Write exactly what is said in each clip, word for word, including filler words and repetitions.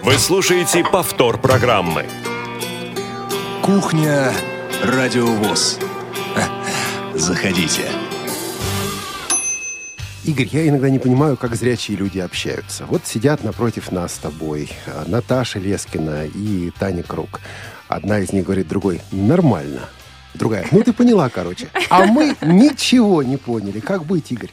Вы слушаете повтор программы. Кухня Радио ВОС. Заходите. Игорь, я иногда не понимаю, как зрячие люди общаются. Вот сидят напротив нас с тобой Наташа Лескина и Таня Круг. Одна из них говорит другой: нормально. Другая: ну ты поняла, короче. А мы ничего не поняли. Как быть, Игорь?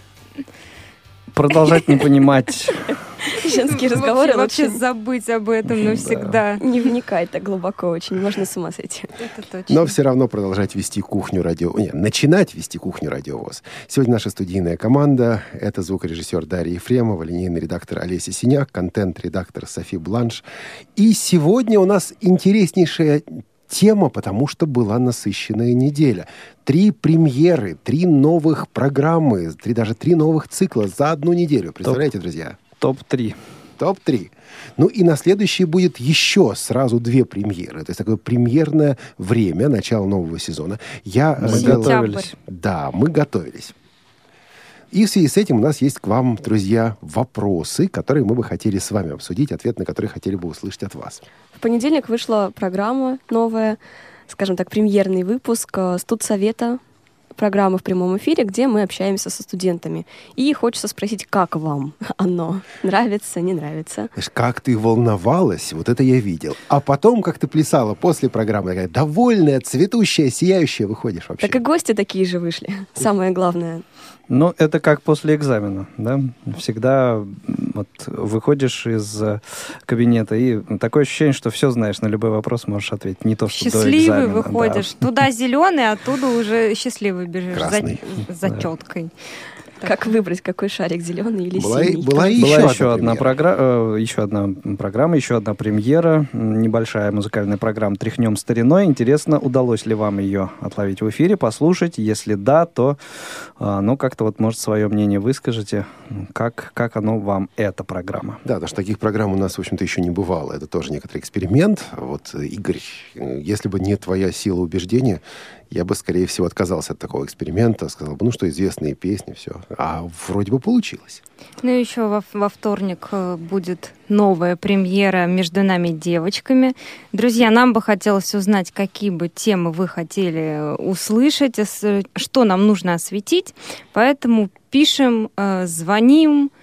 Продолжать не понимать. Женские разговоры вообще, лучше забыть об этом навсегда. не вникать так глубоко очень. Можно с ума сойти. Это точно. Но все равно продолжать вести кухню радио... Нет, начинать вести кухню Радио ВОС. Сегодня наша студийная команда. Это звукорежиссер Дарья Ефремова, линейный редактор Олеся Синяк, контент-редактор Софи Бланш. И сегодня у нас интереснейшая тема, потому что была насыщенная неделя. Три премьеры, три новых программы, три, даже три новых цикла за одну неделю. Представляете, Топ, друзья? Топ-три. Топ-три. Ну и на следующий будет еще сразу две премьеры. То есть такое премьерное время, начало нового сезона. Я мы сделал... готовились. Да, мы готовились. И в связи с этим у нас есть к вам, друзья, вопросы, которые мы бы хотели с вами обсудить, ответ на которые хотели бы услышать от вас. В понедельник вышла программа новая, скажем так, премьерный выпуск студсовета, программы в прямом эфире, где мы общаемся со студентами. И хочется спросить, как вам оно? Нравится, не нравится? Знаешь, как ты волновалась, вот это я видел. А потом, как ты плясала после программы, такая довольная, цветущая, сияющая, выходишь вообще. Так и гости такие же вышли. Самое главное. Ну, это как после экзамена, да? Всегда вот выходишь из кабинета, и такое ощущение, что все знаешь, на любой вопрос можешь ответить. Не то, что счастливый до экзамена. выходишь. Да. Туда зеленый, оттуда уже счастливый бежишь Красный. за, за теткой. Как выбрать, какой шарик, зеленый или была, синий? Была, Была еще, еще, одна одна програ... еще одна программа, еще одна премьера, небольшая музыкальная программа «Тряхнем стариной». Интересно, удалось ли вам ее отловить в эфире, послушать? Если да, то ну, как-то вот, может, свое мнение выскажите. Как, как оно вам, эта программа? Да, потому что таких программ у нас, в общем-то, еще не бывало. Это тоже некоторый эксперимент. Вот, Игорь, если бы не твоя сила убеждения, я бы, скорее всего, отказался от такого эксперимента. Сказал бы, ну что, известные песни, все. А вроде бы получилось. Ну и еще во, во вторник будет новая премьера «Между нами девочками». Друзья, нам бы хотелось узнать, какие бы темы вы хотели услышать, что нам нужно осветить. Поэтому пишем, звоним,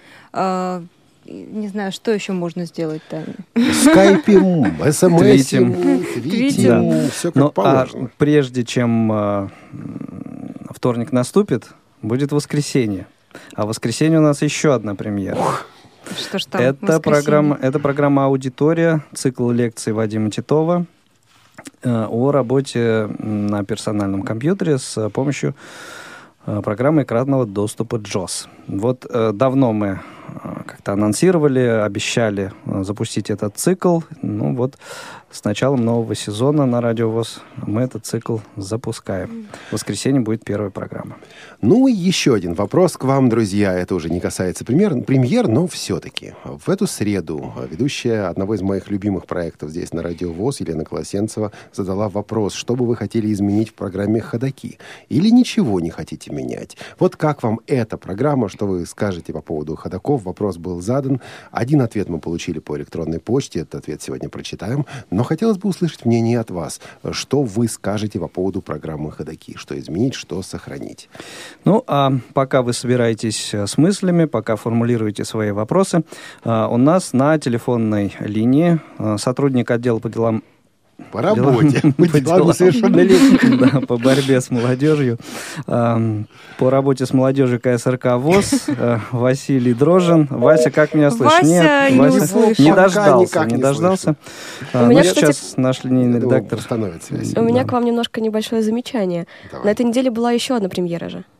не знаю, что еще можно сделать, Таня? Скайпим, смсим, твитим, да. все как Но, положено. А прежде чем э, вторник наступит, будет воскресенье. А в воскресенье у нас еще одна премьера. Что ж там? Это программа, это программа «Аудитория», цикл лекций Вадима Титова э, о работе на персональном компьютере с помощью э, программы экранного доступа джос. Вот э, давно мы как-то анонсировали, обещали запустить этот цикл. Ну вот, с началом нового сезона на Радио ВОС мы этот цикл запускаем. В воскресенье будет первая программа. Ну и еще один вопрос к вам, друзья. Это уже не касается премьер, премьер, но все-таки. В эту среду ведущая одного из моих любимых проектов здесь на Радио ВОС, Елена Колосенцева, задала вопрос, что бы вы хотели изменить в программе «Ходоки?» Или ничего не хотите менять? Вот как вам эта программа? Что вы скажете по поводу ходоков? Вопрос был задан. Один ответ мы получили по электронной почте. Этот ответ сегодня прочитаем. Но хотелось бы услышать мнение от вас. Что вы скажете по поводу программы «Ходоки»? Что изменить, что сохранить? Ну, а пока вы собираетесь с мыслями, пока формулируете свои вопросы, у нас на телефонной линии сотрудник отдела по делам По работе. По, по делам несовершеннолетних, да, по борьбе с молодежью. По работе с молодежью ка эс эр ка ВОС Василий Дрожжин. Вася, как меня слышишь? Вася Нет, не Вася услышал. не дождался. Пока Не не дождался. У Но меня, сейчас кстати, наш линейный редактор... Установит связь. У меня к вам немножко небольшое замечание. Давай. На этой неделе была еще одна премьера же.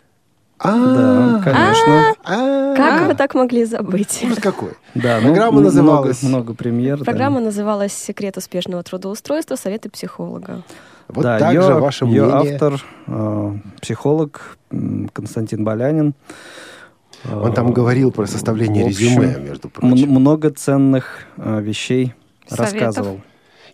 Да, конечно. Как вы так могли забыть? Ужас какой. Да, Программа ну, называлась... Много, много премьер. Программа да. называлась «Секрет успешного трудоустройства. Советы психолога». Вот да, так ее, же ваше ее мнение. автор, э, психолог м, Константин Болянин. Он там говорил про составление В общем, резюме, между м- прочим. много ценных э, вещей Советов. рассказывал.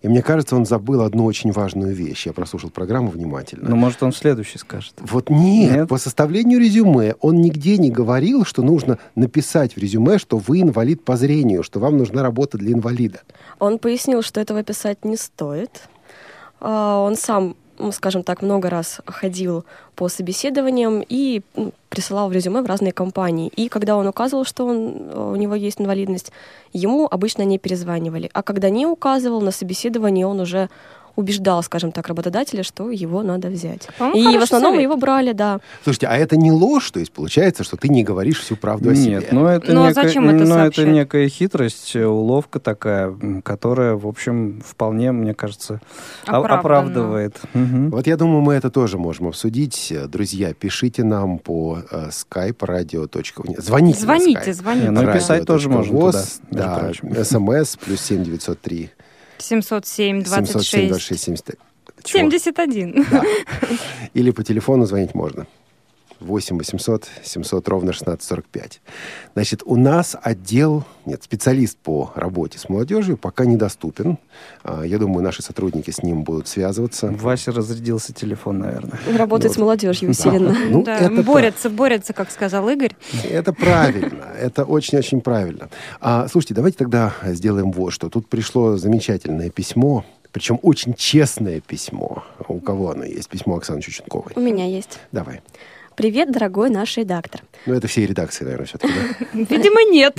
И мне кажется, он забыл одну очень важную вещь. Я прослушал программу внимательно. Ну, может, он в следующий скажет. Вот нет, Нет? По составлению резюме он нигде не говорил, что нужно написать в резюме, что вы инвалид по зрению, что вам нужна работа для инвалида. Он пояснил, что этого писать не стоит. А, Он сам, ну, скажем так, много раз ходил по собеседованиям и ну, присылал в резюме в разные компании. И когда он указывал, что он, у него есть инвалидность, ему обычно не перезванивали. А когда не указывал, на собеседовании он уже убеждал, скажем так, работодателя, что его надо взять. По-моему, И в хороший основном совет. его брали, да. Слушайте, а это не ложь? То есть получается, что ты не говоришь всю правду о себе? Нет, ну это, Ну, а некая, зачем это ну, это сообщать? некая хитрость, э, уловка такая, м, которая, в общем, вполне, мне кажется, о- Оправданно. оправдывает. Мгм. Вот я думаю, мы это тоже можем обсудить. Друзья, пишите нам по э, skype radio точка нет, звоните Звоните, на Skype. звоните. Не, ну и да. писать тоже можно Радио.воз, туда, между да, прочим. смс плюс семь девятьсот три семьсот семь двадцать семьсот семь двадцать шесть шесть семьдесят. Чего? семьдесят один. Да. Или по телефону звонить можно. восемь восемьсот семьсот ровно шестнадцать сорок пять. Значит, у нас отдел, нет, специалист по работе с молодежью пока недоступен. А, Я думаю, наши сотрудники с ним будут связываться. Васе разрядился телефон, наверное. Работает с молодежью усиленно. Ну, Да, это борется, борется, как сказал Игорь. Это правильно. Это очень-очень правильно. А, слушайте, давайте тогда сделаем вот что. Тут пришло замечательное письмо, причем очень честное письмо. У кого оно есть? Письмо Оксаны Чученковой. У меня есть. Давай. Привет, дорогой наш редактор. Ну, это всей редакции, наверное, все-таки, да? Видимо, нет.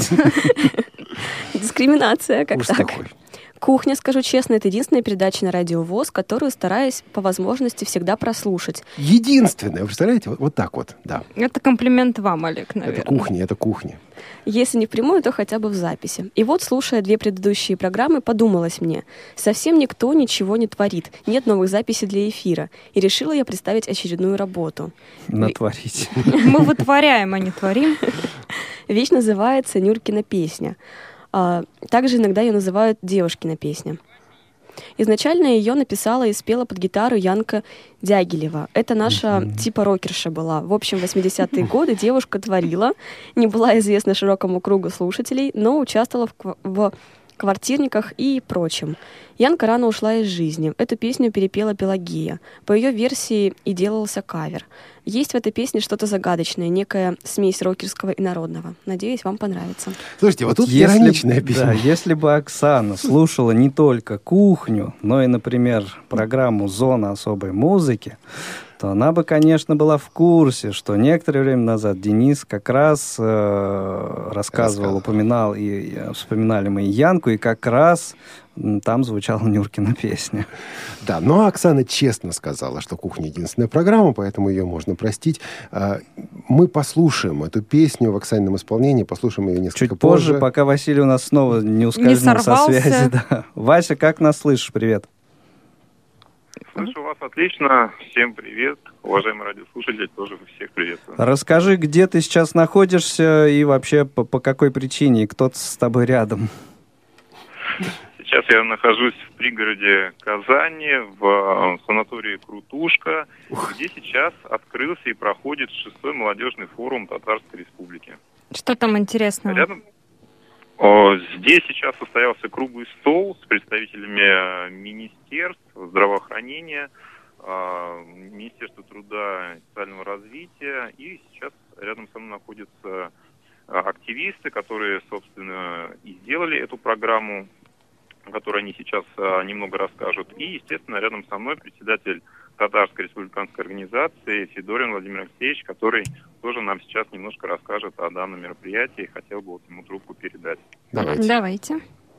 Дискриминация, как Ужас так. какой. Кухня, скажу честно, это единственная передача на Радио ВОС, которую стараюсь по возможности всегда прослушать. Единственное, вы представляете? Вот, вот так вот, да. Это комплимент вам, Олег, наверное. Это кухня, это кухня. Если не впрямую, то хотя бы в записи. И вот, слушая две предыдущие программы, подумалось мне, совсем никто ничего не творит, нет новых записей для эфира. И решила я представить очередную работу. Натворить. Мы вытворяем, а не творим. Вещь называется «Нюркина песня». А, также иногда ее называют «Девушкина песня». Изначально ее написала и спела под гитару Янка Дягилева. Это наша mm-hmm. типа рокерша была. В общем, в восьмидесятые годы девушка творила, не была известна широкому кругу слушателей, но участвовала в, кв- в квартирниках и прочем. Янка рано ушла из жизни. Эту песню перепела Пелагея. По ее версии и делался кавер. Есть в этой песне что-то загадочное, некая смесь рокерского и народного. Надеюсь, вам понравится. Слушайте, вот тут Если б- ироничное письмо. Да, если бы Оксана слушала не только кухню, но и, например, программу «Зона особой музыки», то она бы, конечно, была в курсе, что некоторое время назад Денис как раз э, рассказывал, Рассказывал. упоминал, и, и вспоминали мы и Янку, и как раз м, там звучала Нюркина песня. Да, но Оксана честно сказала, что «Кухня» — единственная программа, поэтому ее можно простить. А, Мы послушаем эту песню в Оксанином исполнении, послушаем ее несколько Чуть позже, позже. пока Василий у нас снова не ускользнул со сорвался. связи. Да. Вася, как нас слышишь? Привет. Слышу вас отлично. Всем привет. Уважаемые радиослушатели, тоже всех приветствую. Расскажи, где ты сейчас находишься и вообще по, по какой причине, и кто с тобой рядом? Сейчас я нахожусь в пригороде Казани, в санатории «Крутушка», где сейчас открылся и проходит шестой молодежный форум Татарской Республики. Что там интересного? Рядом О, здесь сейчас состоялся круглый стол с представителями министерств здравоохранения, э, Министерства труда и социального развития. И сейчас рядом со мной находятся э, активисты, которые, собственно, и сделали эту программу, о которой они сейчас э, немного расскажут. И, естественно, рядом со мной председатель Татарской республиканской организации Федорин Владимир Алексеевич, который тоже нам сейчас немножко расскажет о данном мероприятии. Хотел бы вот ему трубку передать. Давайте. Давайте.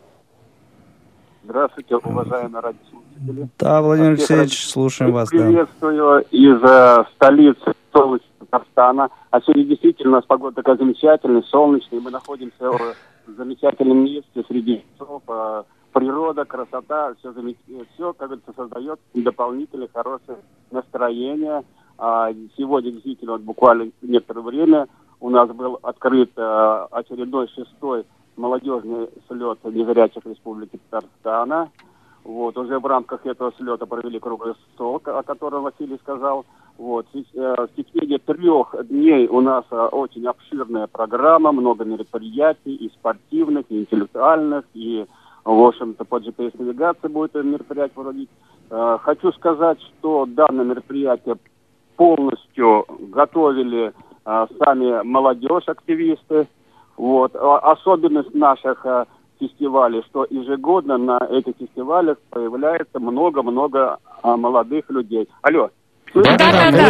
Здравствуйте, уважаемые радиослушатели. Да, Владимир Всех Алексеевич, рад- слушаем вас. Да. Приветствую из э, столицы солнечной Татарстана. А сегодня действительно у нас погода такая замечательная, солнечная. Мы находимся в замечательном месте среди лесов. э, Природа, красота, все, замет... все, как говорится, создает дополнительное хорошее настроение. А сегодня действительно, вот буквально некоторое время у нас был открыт э, очередной шестой молодежный слет незрячих Республики Татарстана. Вот, уже в рамках этого слета провели круглый стол, о котором Василий сказал. Вот, в, э, в течение трех дней у нас э, очень обширная программа, много мероприятий и спортивных, и интеллектуальных, и в общем-то, по джи пи эс-навигации будет мероприятие проводить. Хочу сказать, что данное мероприятие полностью готовили сами молодежь, активисты. Вот. Особенность наших фестивалей, что ежегодно на этих фестивалях появляется много-много молодых людей. Алло. Да-да-да.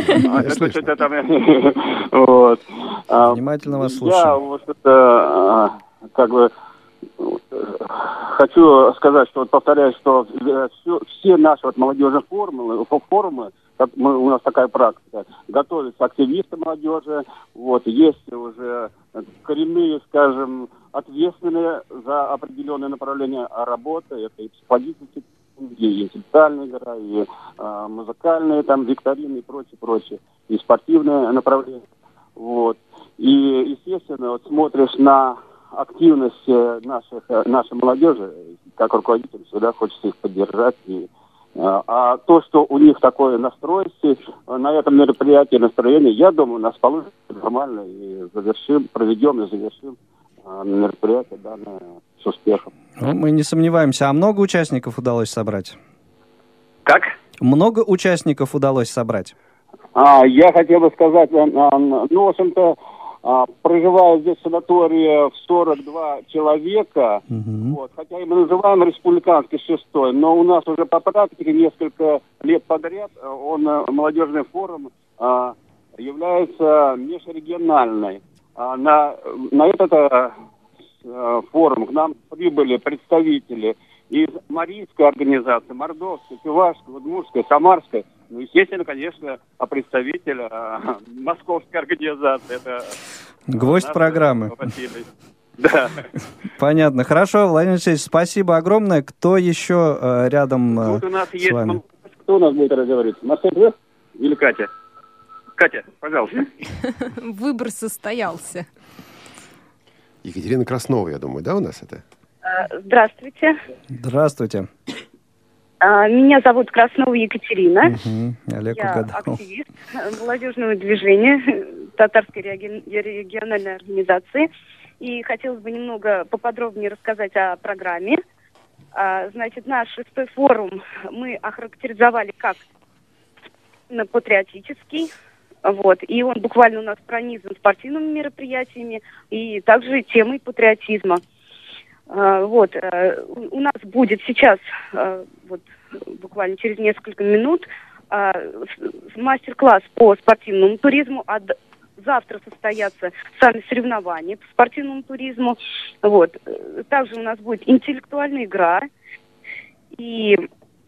Внимательно вас Я слушаю. вот это, как бы, хочу сказать, что, вот, повторяю, что все, все наши вот молодежные форумы, форумы, мы, у нас такая практика, готовятся активисты молодежи, вот, есть уже коренные, скажем, ответственные за определенное направление работы, это и психологические, и интеллектуальная игра, и э, музыкальные, там, викторины и прочее, прочее, и спортивное направление, вот. И, естественно, вот смотришь на активность наших, нашей молодежи, как руководитель, всегда хочется их поддержать. И, а то, что у них такое настрой, на этом мероприятии настроение, я думаю, у нас получится нормально, и завершим, проведем и завершим мероприятие данное с успехом. Ну, мы не сомневаемся. А много участников удалось собрать? Как? Много участников удалось собрать? А, я хотел бы сказать, ну, в общем-то, проживая здесь в санатории в сорок два человека, Угу. вот, хотя и мы называем республиканский шестой, но у нас уже по практике несколько лет подряд он, молодежный форум, является межрегиональной. На, на этот форум к нам прибыли представители из Марийской организации, Мордовской, Чувашской, Удмуртской, Самарской. Ну, естественно, конечно, а представитель а, Московской организации. Это Гвоздь программы. Василий. Да. Понятно. Хорошо, Владимир Алексеевич, спасибо огромное. Кто еще э, рядом э, Тут у нас с есть... вами? Кто у нас будет разговаривать? Марсель, вы? Или Катя? Катя, пожалуйста. Выбор состоялся. Екатерина Краснова, я думаю, да, у нас это? Здравствуйте. Здравствуйте. Меня зовут Краснова Екатерина. Угу. Олег Я угадал. активист молодежного движения Татарской региональной организации. И хотелось бы немного поподробнее рассказать о программе. Значит, наш шестой форум мы охарактеризовали как патриотический. Вот. И он буквально у нас пронизан спортивными мероприятиями и также темой патриотизма. Вот. У нас будет сейчас, вот, буквально через несколько минут, мастер-класс по спортивному туризму. А завтра состоятся сами соревнования по спортивному туризму. Вот. Также у нас будет интеллектуальная игра. И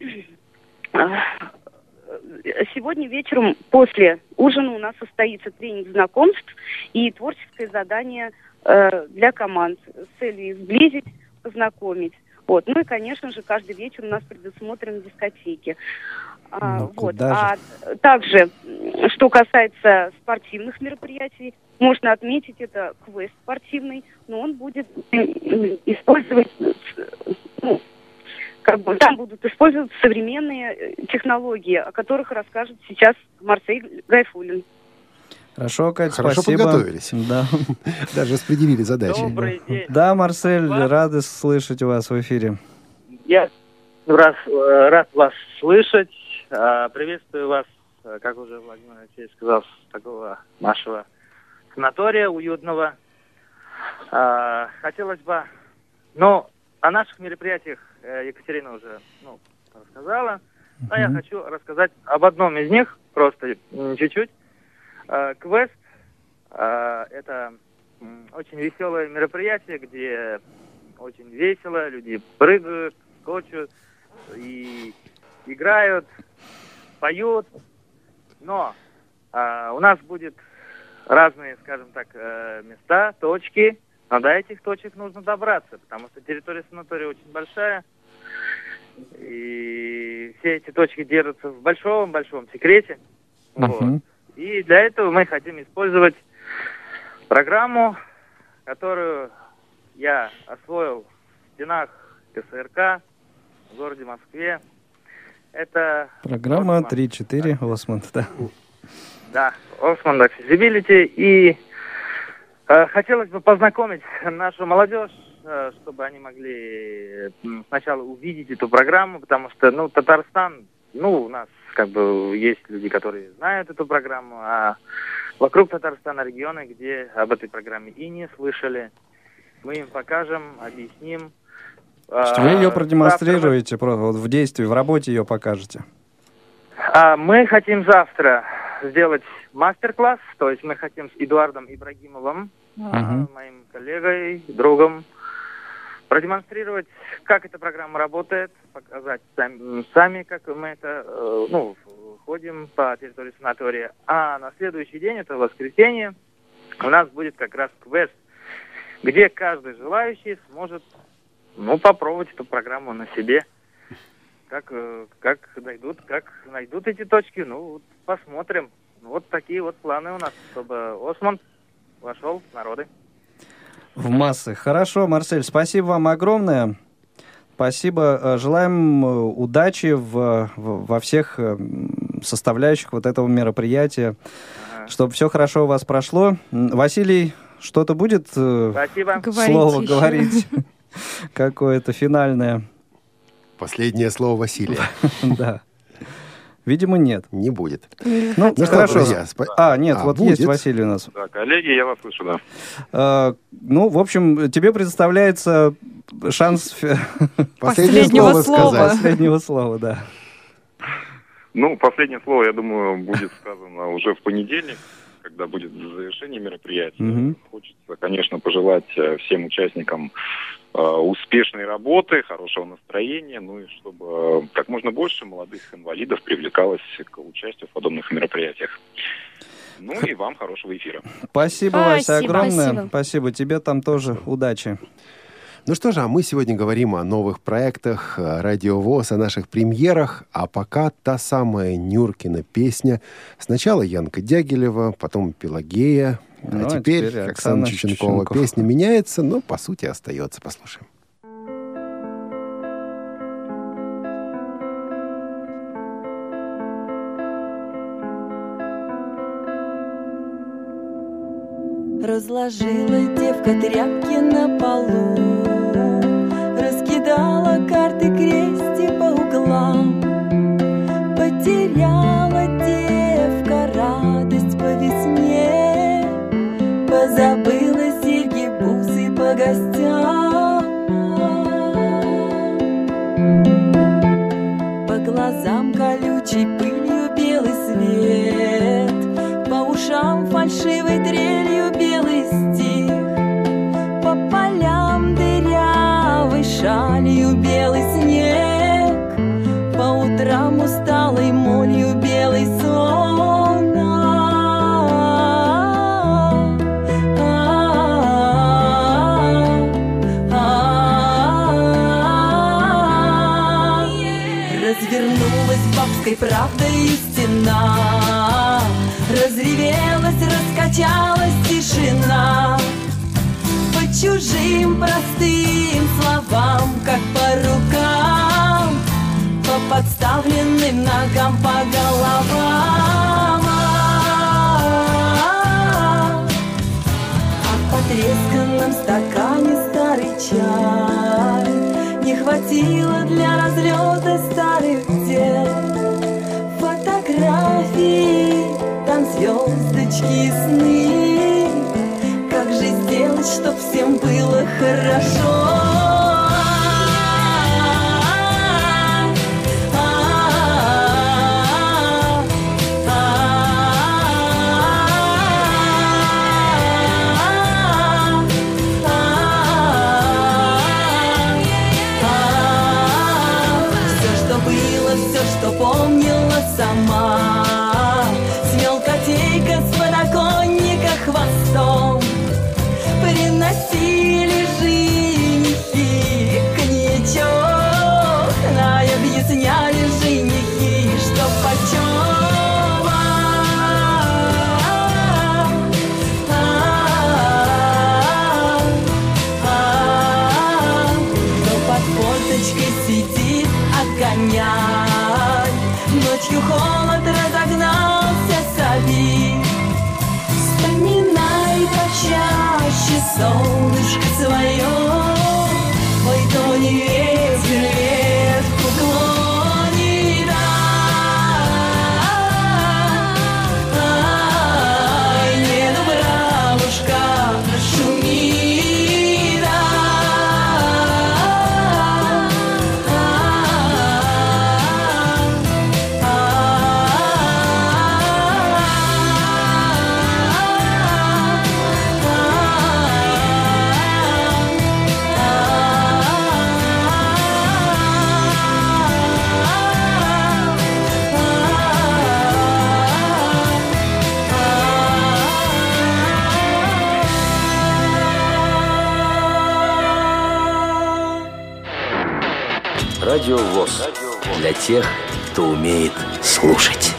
сегодня вечером после ужина у нас состоится тренинг знакомств и творческое задание э, для команд с целью сблизить, познакомить. Вот. Ну и, конечно же, каждый вечер у нас предусмотрены дискотеки. А, Ну, вот. куда же? А также, что касается спортивных мероприятий, можно отметить, это квест спортивный, но он будет использовать... Ну, как бы, там будут использоваться современные технологии, о которых расскажет сейчас Марсель Гайфуллин. Хорошо, Катя, Хорошо спасибо. подготовились. Да. Даже распределили задачи. Добрый день. Да, Марсель, Вас? рады слышать вас в эфире. Я раз, э, рад вас слышать. Э, Приветствую вас, э, как уже Владимир Алексеевич сказал, с такого нашего санатория уютного. Э, Хотелось бы, ну, о наших мероприятиях э, Екатерина уже, ну, рассказала. А я Мгм. хочу рассказать об одном из них, просто м, чуть-чуть. Э, Квест э, – это м, очень веселое мероприятие, где очень весело, люди прыгают, скочут и играют, поют. Но э, у нас будет разные, скажем так, э, места, точки. Но до этих точек нужно добраться, потому что территория санатория очень большая. И все эти точки держатся в большом-большом секрете. Вот. Мгм. И для этого мы хотим использовать программу, которую я освоил в стенах КСРК в городе Москве. Это Программа Осман. три-четыре, Осмонд, да. Да, Osmond Accessibility. И э, хотелось бы познакомить нашу молодежь э, чтобы они могли м, сначала увидеть эту программу, потому что, ну, Татарстан, ну, у нас как бы есть люди, которые знают эту программу, а вокруг Татарстана регионы, где об этой программе и не слышали. Мы им покажем, объясним. Что вы ее продемонстрируете, просто вот в действии, в работе ее покажете? А мы хотим завтра сделать мастер-класс, то есть мы хотим с Эдуардом Ибрагимовым, Uh-huh. моим коллегой, другом, продемонстрировать, как эта программа работает, показать сами, сами как мы это, э, ну, ходим по территории санатория. А на следующий день, это воскресенье, у нас будет как раз квест, где каждый желающий сможет, ну, попробовать эту программу на себе. Как, э, как найдут, как найдут эти точки, ну, посмотрим. Вот такие вот планы у нас, чтобы Осмонд вошел в народы. В массы. Хорошо, Марсель, спасибо вам огромное. Спасибо. Желаем удачи в, в, во всех составляющих вот этого мероприятия, ага. чтобы все хорошо у вас прошло. Василий, что-то будет Спасибо. слово говорить? Какое-то финальное. Последнее слово Василия. Да. Видимо, нет. Не будет. Ну, ну хорошо. Друзья, спа... А, нет, а, вот будет. есть Василий у нас. Да, коллеги, я вас слышу, да. А, ну, в общем, тебе предоставляется шанс последнего слова сказать. Последнего слова, да. Ну, последнее слово, я думаю, будет сказано уже в понедельник, когда будет завершение мероприятия. Угу. Хочется, конечно, пожелать всем участникам э, успешной работы, хорошего настроения, ну и чтобы э, как можно больше молодых инвалидов привлекалось к участию в подобных мероприятиях. Ну и вам хорошего эфира. Спасибо, Спасибо. Вася, огромное. Спасибо. Спасибо. Тебе там тоже удачи. Ну что же, а мы сегодня говорим о новых проектах Радио ВОС, о наших премьерах, а пока та самая Нюркина песня. Сначала Янка Дягилева, потом Пелагея, ну, а теперь, а теперь Оксана Чеченкова. Чеченкова. Песня меняется, но по сути остается. Послушаем. Разложила девка тряпки на полу, раскидала карты крести по углам. Потеряла девка радость по весне, позабыла серьги, бусы по гостям. По глазам колючей пылью белый свет, по ушам фальшивой трелью белый стих, по полям дырявой шалью белый снег, по утрам усталой молью белый сон. Развернулась бабской правдой стена, разревелась, раскачалась тишина. По чужим простым словам, как по рукам, по подставленным ногам, по головам. А в потресканном стакане старый чай не хватило для разлета старых дел. Фотографии, там звездочки и сны. Как же сделать, чтоб всем было хорошо? Все, что было, все, что помнила сама, с мелкотейка, с подоконника хвостом приносили женихи коньячок, да и объясняли женихи, что почем. Кто под форточкой сидит, огонять, ночью холод разогнался солид. Вспоминай почаще солнышко свое, Радио ВОС. Для тех, кто умеет слушать.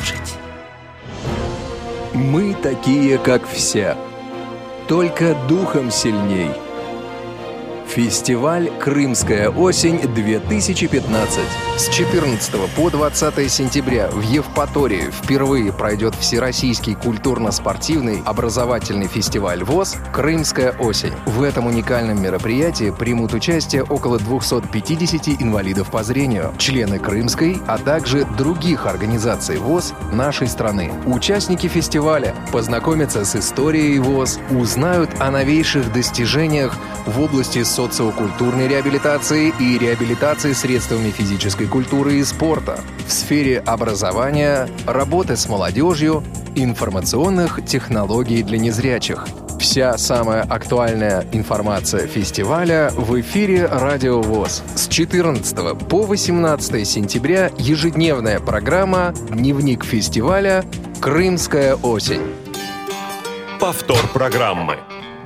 Мы такие, как все, только духом сильней. Фестиваль «Крымская осень-две тысячи пятнадцать». С четырнадцатого по двадцатое сентября в Евпатории впервые пройдет всероссийский культурно-спортивный образовательный фестиваль ВОС «Крымская осень». В этом уникальном мероприятии примут участие около двести пятьдесят инвалидов по зрению, члены Крымской, а также других организаций ВОС нашей страны. Участники фестиваля познакомятся с историей ВОС, узнают о новейших достижениях в области социокультурной реабилитации и реабилитации средствами физической культуры и спорта, в сфере образования, работы с молодежью, информационных технологий для незрячих. Вся самая актуальная информация фестиваля в эфире Радио ВОС. С четырнадцатого по восемнадцатое сентября ежедневная программа «Дневник фестиваля. Крымская осень». Повтор программы.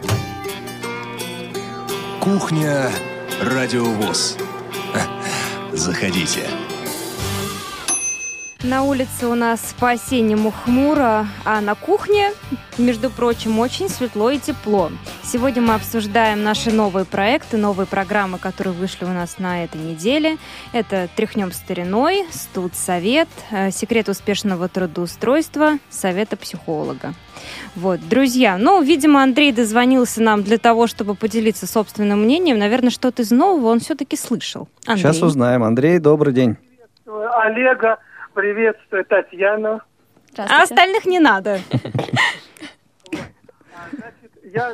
Кухня Радио ВОС. Заходите. На улице у нас по-осеннему хмуро, а на кухне, между прочим, очень светло и тепло. Сегодня мы обсуждаем наши новые проекты, новые программы, которые вышли у нас на этой неделе. Это «Тряхнем стариной», «Студсовет», «Секрет успешного трудоустройства», «Совета психолога». Вот, друзья, ну, видимо, Андрей дозвонился нам для того, чтобы поделиться собственным мнением. Наверное, что-то из нового он все-таки слышал. Андрей. Сейчас узнаем. Андрей, добрый день. Олега. Приветствую, Татьяна. А остальных не надо. Значит, я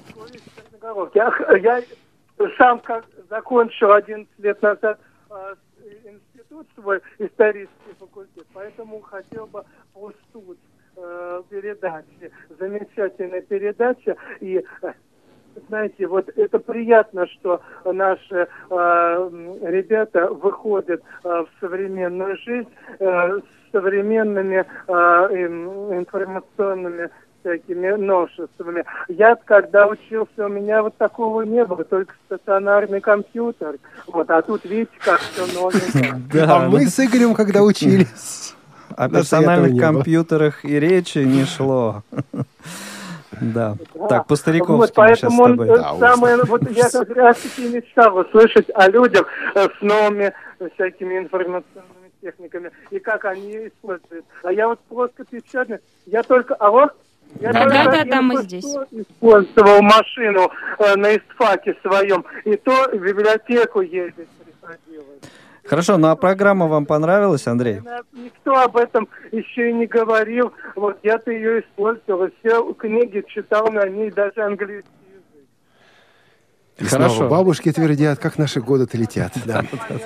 я сам как закончил одиннадцать лет назад институт свой, исторический факультет, поэтому хотел бы по СТУД передаче. Замечательная передача. И знаете, вот это приятно, что наши э, ребята выходят э, в современную жизнь э, с современными э, информационными всякими новшествами. Я, когда учился, у меня вот такого не было, только стационарный компьютер. Вот, а тут видите, как все новенькое. А мы с Игорем, когда учились, о персональных компьютерах и речи не шло. Да. Да. Так, по-стариковски вот, мы сейчас с тобой. Да, самое, вот я как раз таки мечтал услышать о людях э, с новыми э, всякими информационными техниками и как они используют. А я вот просто печально, я только, алло? Я да, только да, да, да, мы здесь. Использовал машину э, на истфаке своем, и то в библиотеку ездить приходилось. Хорошо, ну а программа вам понравилась, Андрей? Никто об этом еще и не говорил. Вот я-то ее использовал, все книги читал на ней, даже английский язык. И Хорошо. Снова бабушки твердят, как наши годы-то летят. Да.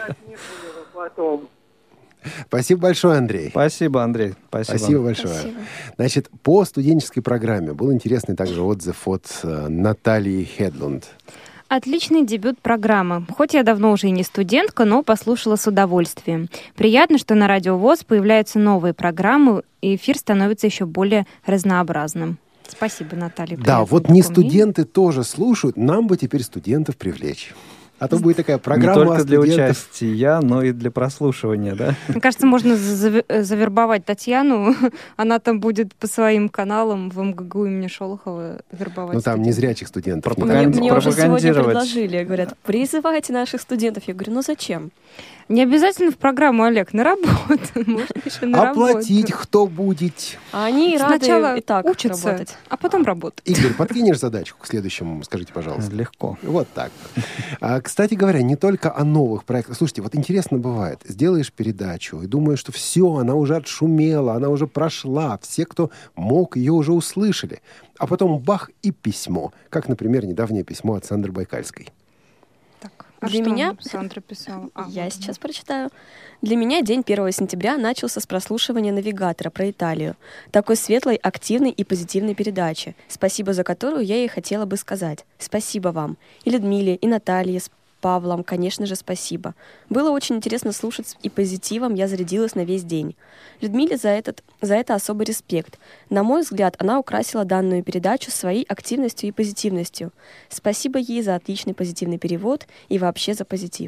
Спасибо большое, Андрей. Спасибо, Андрей. Спасибо, Спасибо большое. Спасибо. Значит, по студенческой программе был интересный также отзыв от Натальи Хедлунд. Отличный дебют программы. Хоть я давно уже и не студентка, но послушала с удовольствием. Приятно, что на Радио ВОС появляются новые программы, и эфир становится еще более разнообразным. Спасибо, Наталья. Да, вот не студенты тоже слушают, нам бы теперь студентов привлечь. А то будет такая программа. Не только для участия, но и для прослушивания, да? Мне кажется, можно завербовать Татьяну. Она там будет по своим каналам в МГГУ имени Шолохова вербовать. Ну там незрячих студентов. Пропаганди... Мне уже сегодня предложили, говорят, призывайте наших студентов. Я говорю, ну зачем? Не обязательно в программу, Олег, на работу. Можно еще на Оплатить работу. Кто будет? А они Сначала рады и так учатся, работать. А потом работать. Игорь, подкинешь задачку к следующему, скажите, пожалуйста. Легко. Вот так. А, кстати говоря, не только о новых проектах. Слушайте, вот интересно бывает, сделаешь передачу и думаешь, что все, она уже отшумела, она уже прошла, все, кто мог, ее уже услышали. А потом бах и письмо. Как, например, недавнее письмо от Сандры Байкальской. А Для что меня... Сандра писала? А, Я вот, сейчас да. прочитаю. Для меня день первого сентября начался с прослушивания «Навигатора» про Италию. Такой светлой, активной и позитивной передачи, спасибо за которую я ей хотела бы сказать. Спасибо вам. И Людмиле, и Наталье, с Павлом, конечно же, спасибо. Было очень интересно слушать, и позитивом я зарядилась на весь день. Людмиле за, этот, за это особый респект. На мой взгляд, она украсила данную передачу своей активностью и позитивностью. Спасибо ей за отличный позитивный перевод и вообще за позитив.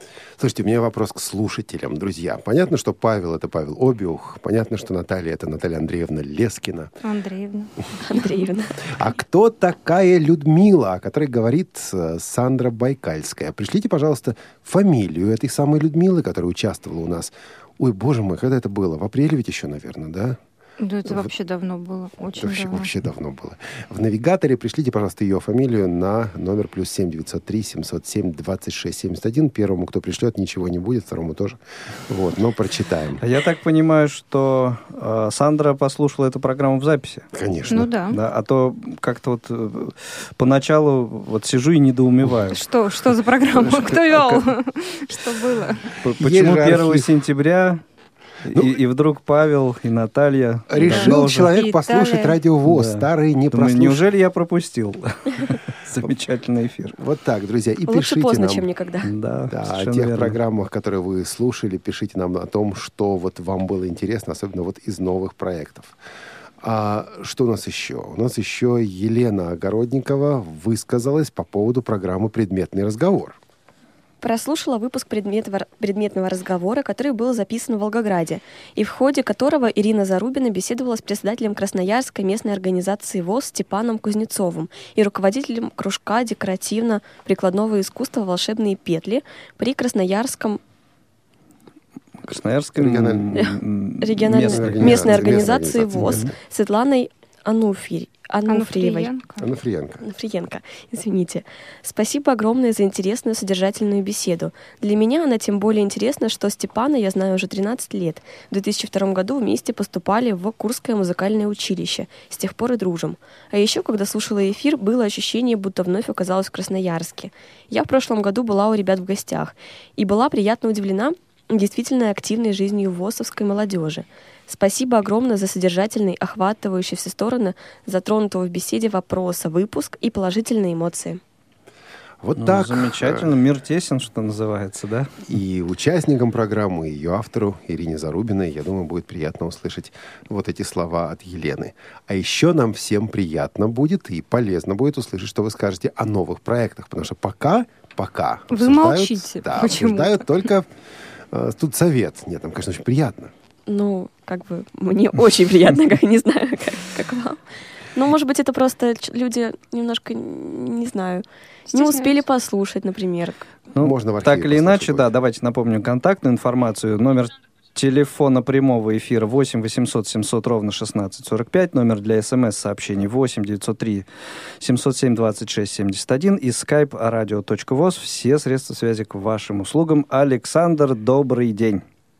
Слушайте, у меня вопрос к слушателям, друзья. Понятно, что Павел — это Павел Обиух. Понятно, что Наталья — это Наталья Андреевна Лескина. Андреевна. Андреевна. А кто такая Людмила, о которой говорит Сандра Байкальская? Пришлите, пожалуйста, фамилию этой самой Людмилы, которая участвовала у нас. Ой, боже мой, когда это было? В апреле ведь еще, наверное, да? Да, это В... вообще давно было, очень вообще, давно. Вообще давно было. В навигаторе пришлите, пожалуйста, ее фамилию на номер плюс семь девятьсот три семьсот семь двадцать шесть семьдесят один. Первому, кто пришлет, ничего не будет, второму тоже. Вот, но прочитаем. Я так понимаю, что э, Сандра послушала эту программу в записи. Конечно. Ну да. Да, а то как-то вот э, поначалу вот сижу и недоумеваю. Что, что за программа? Кто вел? Что было? Почему первого сентября... Ну, и, и вдруг Павел и Наталья... Решил уже... человек послушать Радио ВОС, да. Старый не прослушал. Неужели я пропустил замечательный эфир? Вот так, друзья. И лучше пишите поздно, нам, чем никогда. Да, да, о тех верно. программах, которые вы слушали, пишите нам о том, что вот вам было интересно, особенно вот из новых проектов. А что у нас еще? У нас еще Елена Огородникова высказалась по поводу программы «Предметный разговор». Прослушала выпуск предметного, предметного разговора, который был записан в Волгограде, и в ходе которого Ирина Зарубина беседовала с председателем Красноярской местной организации ВОС Степаном Кузнецовым и руководителем кружка декоративно-прикладного искусства «Волшебные петли» при Красноярском Красноярской региональной местной, местной организации ВОС Светланой Ануфри... Ануфриевой. Ануфриенко. Ануфриенко, извините. Спасибо огромное за интересную содержательную беседу. Для меня она тем более интересна, что Степана я знаю уже тринадцать лет. В две тысячи втором году вместе поступали в Курское музыкальное училище. С тех пор и дружим. А еще, когда слушала эфир, было ощущение, будто вновь оказалась в Красноярске. Я в прошлом году была у ребят в гостях и была приятно удивлена действительно активной жизнью ВОСовской молодежи. Спасибо огромное за содержательный, охватывающий все стороны затронутого в беседе вопроса, выпуск и положительные эмоции. Вот ну, так. Замечательно. Мир тесен, что называется, да? И участникам программы, и ее автору Ирине Зарубиной, я думаю, будет приятно услышать вот эти слова от Елены. А еще нам всем приятно будет и полезно будет услышать, что вы скажете о новых проектах. Потому что пока, пока вы молчите. Да, почему? Обсуждают только э, студсовет. Нет, нам, конечно, очень приятно. Ну, как бы, мне очень приятно, как не знаю, как, как вам. Ну, может быть, это просто люди немножко, не знаю, не успели послушать, например. Ну, можно так или иначе, да, давайте напомню контактную информацию. Номер телефона прямого эфира восемь восемьсот семьсот ровно шестнадцать сорок пять. Номер для смс-сообщений восемь девятьсот три семьсот семь двадцать шесть семьдесят один. И skype radio.voz. Все средства связи к вашим услугам. Александр, добрый день.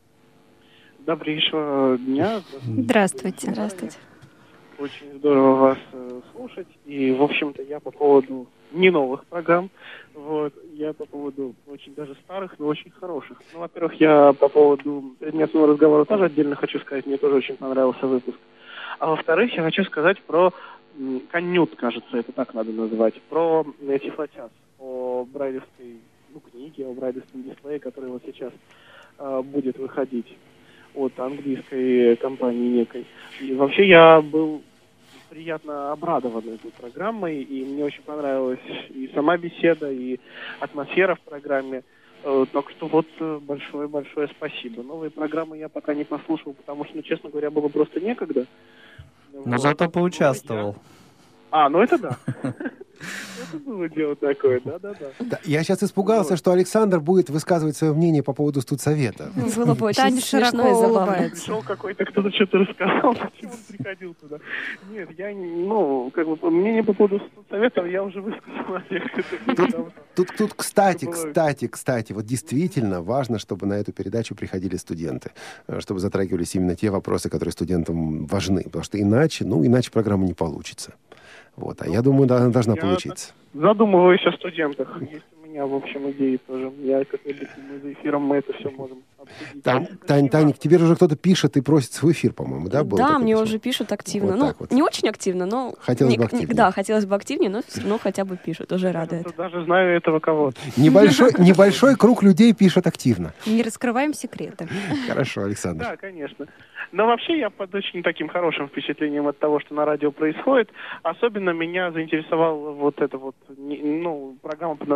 Добрейшего дня. Здравствуйте. Здравствуйте. Очень здорово вас э, слушать. И, в общем-то, я по поводу не новых программ, вот, я по поводу очень даже старых, но очень хороших. Ну, во-первых, я по поводу предметного разговора тоже отдельно хочу сказать, мне тоже очень понравился выпуск. А во-вторых, я хочу сказать про м, Канют, кажется, это так надо назвать, про э, Тифлочас, о брайлевской ну, книге, о брайлевском дисплее, который вот сейчас э, будет выходить от английской компании некой. И вообще я был приятно обрадован этой программой, и мне очень понравилась и сама беседа, и атмосфера в программе. Так что вот большое-большое спасибо. Новые программы я пока не послушал, потому что, ну, честно говоря, было просто некогда. Но вот. Зато поучаствовал. А, ну это да. Это было дело такое, да-да-да. Я сейчас испугался, что Александр будет высказывать свое мнение по поводу студсовета. Было бы очень смешно и забавно. Пришел какой-то, кто-то что-то рассказал, почему он приходил туда. Нет, я, ну, как бы, мнение по поводу студсовета я уже высказал. Тут, тут, тут, кстати, кстати, кстати, вот действительно важно, чтобы на эту передачу приходили студенты, чтобы затрагивались именно те вопросы, которые студентам важны, потому что иначе, ну, иначе программа не получится. Вот, а ну, я думаю, да, она должна я получиться. Задумываюсь о студентах. Есть у меня, в общем, идеи тоже. Я как-нибудь мы за эфиром мы это все можем обсудить. Тань, Тань, Тань, к тебе уже кто-то пишет и просит свой эфир, по-моему, да? Был да, мне письмо? уже пишут активно. Вот ну, вот. Не очень активно, но... Хотелось не, бы активнее. Не, да, хотелось бы активнее, но все равно хотя бы пишут. Уже рада это. Даже знаю этого кого-то. Небольшой, небольшой круг людей пишет активно. Не раскрываем секреты. Хорошо, Александр. Да, конечно. Но вообще я под очень таким хорошим впечатлением от того, что на радио происходит. Особенно меня заинтересовала вот эта вот, ну, программа под названием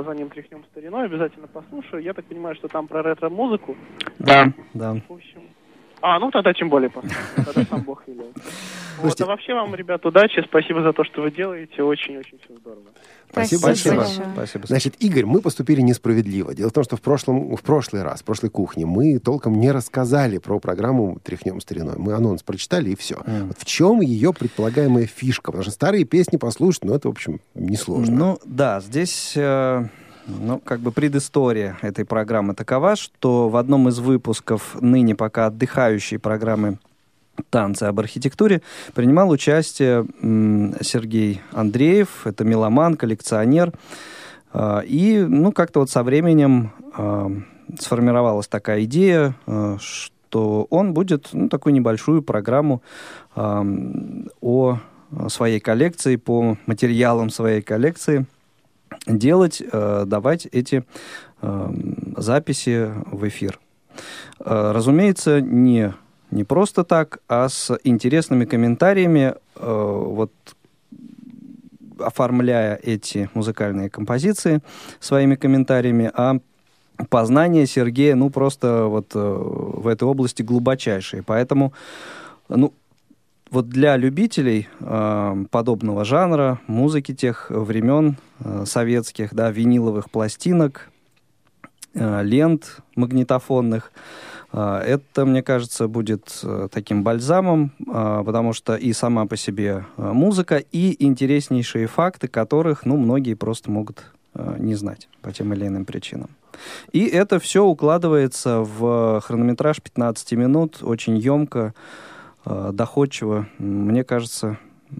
«Тряхнем стариной», обязательно послушаю. Я так понимаю, что там про ретро-музыку. Да, да. В общем... А, ну тогда тем более послушаю. Тогда сам Бог велел. Вот, а вообще вам, ребят, удачи. Спасибо за то, что вы делаете. Очень-очень все здорово. Спасибо, Спасибо большое. Спасибо. Значит, Игорь, мы поступили несправедливо. Дело в том, что в, прошлом, в прошлый раз, в прошлой кухне, мы толком не рассказали про программу «Тряхнем стариной». Мы анонс прочитали, и все. Mm. Вот в чем ее предполагаемая фишка? Потому что старые песни послушать, ну, это, в общем, несложно. Ну, да, здесь... Э... Ну, как бы предыстория этой программы такова, что в одном из выпусков ныне пока отдыхающей программы «Танцы об архитектуре» принимал участие м, Сергей Андреев, это меломан, коллекционер. Э, и, ну, как-то вот со временем э, сформировалась такая идея, э, что он будет, ну, такую небольшую программу э, о своей коллекции, по материалам своей коллекции делать, э, давать эти э, записи в эфир. Э, разумеется, не, не просто так, а с интересными комментариями, э, вот, оформляя эти музыкальные композиции своими комментариями, а познание Сергея, ну, просто вот э, в этой области глубочайшие. Поэтому, ну, вот для любителей э, подобного жанра, музыки тех времен э, советских, да, виниловых пластинок, э, лент магнитофонных, э, это, мне кажется, будет э, таким бальзамом, э, потому что и сама по себе э, музыка, и интереснейшие факты, которых, ну, многие просто могут э, не знать по тем или иным причинам. И это все укладывается в хронометраж пятнадцать минут, очень емко, доходчиво. Мне кажется,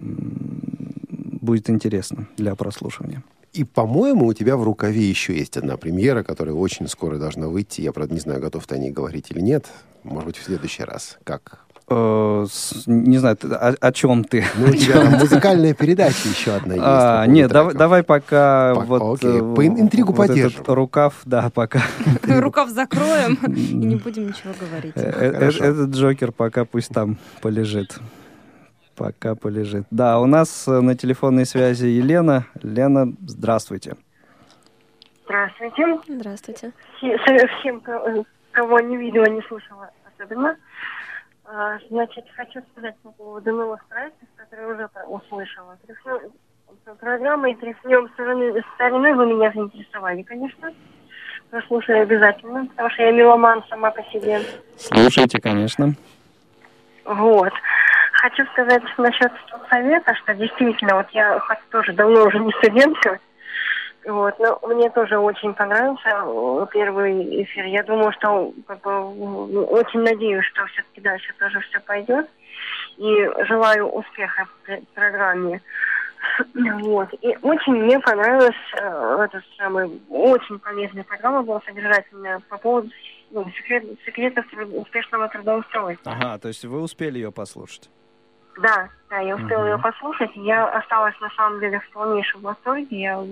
будет интересно для прослушивания. И, по-моему, у тебя в рукаве еще есть одна премьера, которая очень скоро должна выйти. Я, правда, не знаю, готов ты о ней говорить или нет. Может быть, в следующий раз. Как? Э, с, не знаю, о, о чем ты? Ну, у тебя там музыкальная передача еще одна есть. А, нет, давай, давай пока по, вот... Окей, по интригу вот поддержим. Этот рукав, да, пока... Рукав закроем и не будем ничего говорить. Этот Джокер пока пусть там полежит. Пока полежит. Да, у нас на телефонной связи Елена. Лена, здравствуйте. Здравствуйте. Здравствуйте. Всем, кого не видела, не слышала особенно. Значит, хочу сказать по поводу новых проектов, которые уже услышала. Программой «Тряхнем стариной» вы меня заинтересовали, конечно. Прослушаю обязательно, потому что я меломан сама по себе. Слушайте, конечно. Вот. Хочу сказать насчет совета, что действительно, вот я хоть тоже давно уже не студентка, вот, но мне тоже очень понравился первый эфир. Я думаю, что как бы, очень надеюсь, что все-таки дальше тоже все пойдет. И желаю успеха в программе. Вот. И очень мне понравилась э, эта самая очень полезная программа, была содержательная по поводу ну, секрет, секретов успешного трудоустройства. Ага, то есть вы успели ее послушать? Да, да, я успела uh-huh. ее послушать. Я осталась на самом деле в полнейшем восторге. Я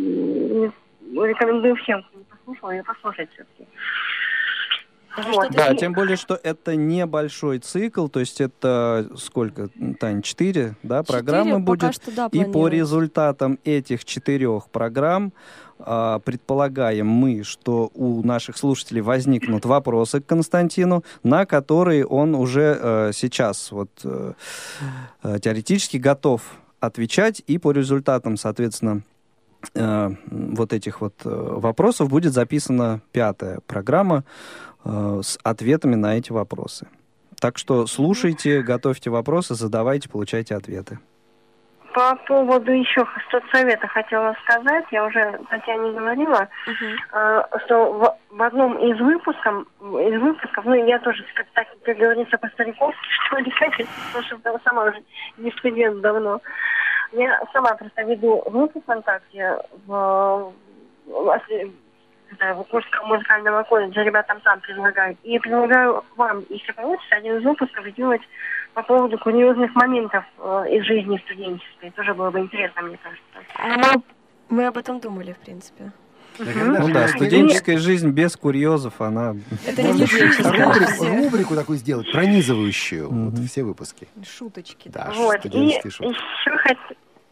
рекомендую всем, кто не послушал, ее послушать все-таки. Вот. Да, тем более, что это небольшой цикл, то есть это сколько, Тань, четыре, да, программы будет, что, да, и по результатам этих четырех программ а, предполагаем мы, что у наших слушателей возникнут вопросы к Константину, на которые он уже а, сейчас вот а, теоретически готов отвечать, и по результатам, соответственно, а, вот этих вот вопросов будет записана пятая программа с ответами на эти вопросы. Так что слушайте, готовьте вопросы, задавайте, получайте ответы. По поводу еще соцсовета хотела сказать, я уже Татьяне говорила, uh-huh. что в, в одном из выпусков, из выпусков, ну я тоже, как, так, как говорится, по-стариковски, что ли, потому что я сама уже не студент давно. Я сама просто веду группу ВКонтакте в, в в Курском музыкальном колледже, ребятам там предлагаю. И предлагаю вам, если получится, один из выпусков сделать по поводу курьезных моментов э, из жизни студенческой. Тоже было бы интересно, мне кажется. А мы, мы об этом думали, в принципе. Uh-huh. Ну да, студенческая и... жизнь без курьезов, она... Это не рубрику, рубрику такую сделать, пронизывающую, mm-hmm. вот все выпуски. Шуточки. Да, вот. студенческие и шутки. Еще, хот...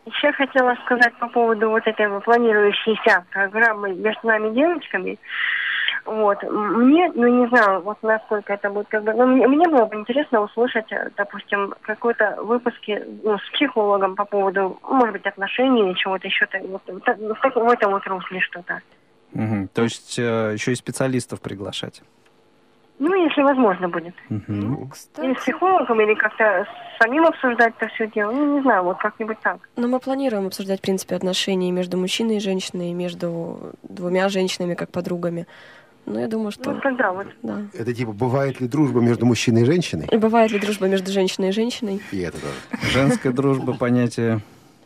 еще хотела сказать по поводу вот этой вот планирующейся программы между нами девочками. Вот. Мне, ну не знаю, вот насколько это будет, как бы, ну, мне, мне было бы интересно услышать, допустим, какой-то выпуски ну, с психологом по поводу, может быть, отношений или чего-то еще, вот, в, в этом вот русле что-то. Угу. То есть э, еще и специалистов приглашать? Ну, если возможно будет. Угу. Ну, или с психологом, или как-то самим обсуждать это все дело. Ну, не знаю, вот как-нибудь так. Но мы планируем обсуждать, в принципе, отношения между мужчиной и женщиной, между двумя женщинами, как подругами. Ну, я думаю, что... Ну, тогда вот. Да. Это типа, бывает ли дружба между мужчиной и женщиной? И бывает ли дружба между женщиной и женщиной? И это тоже. Женская дружба, понятие...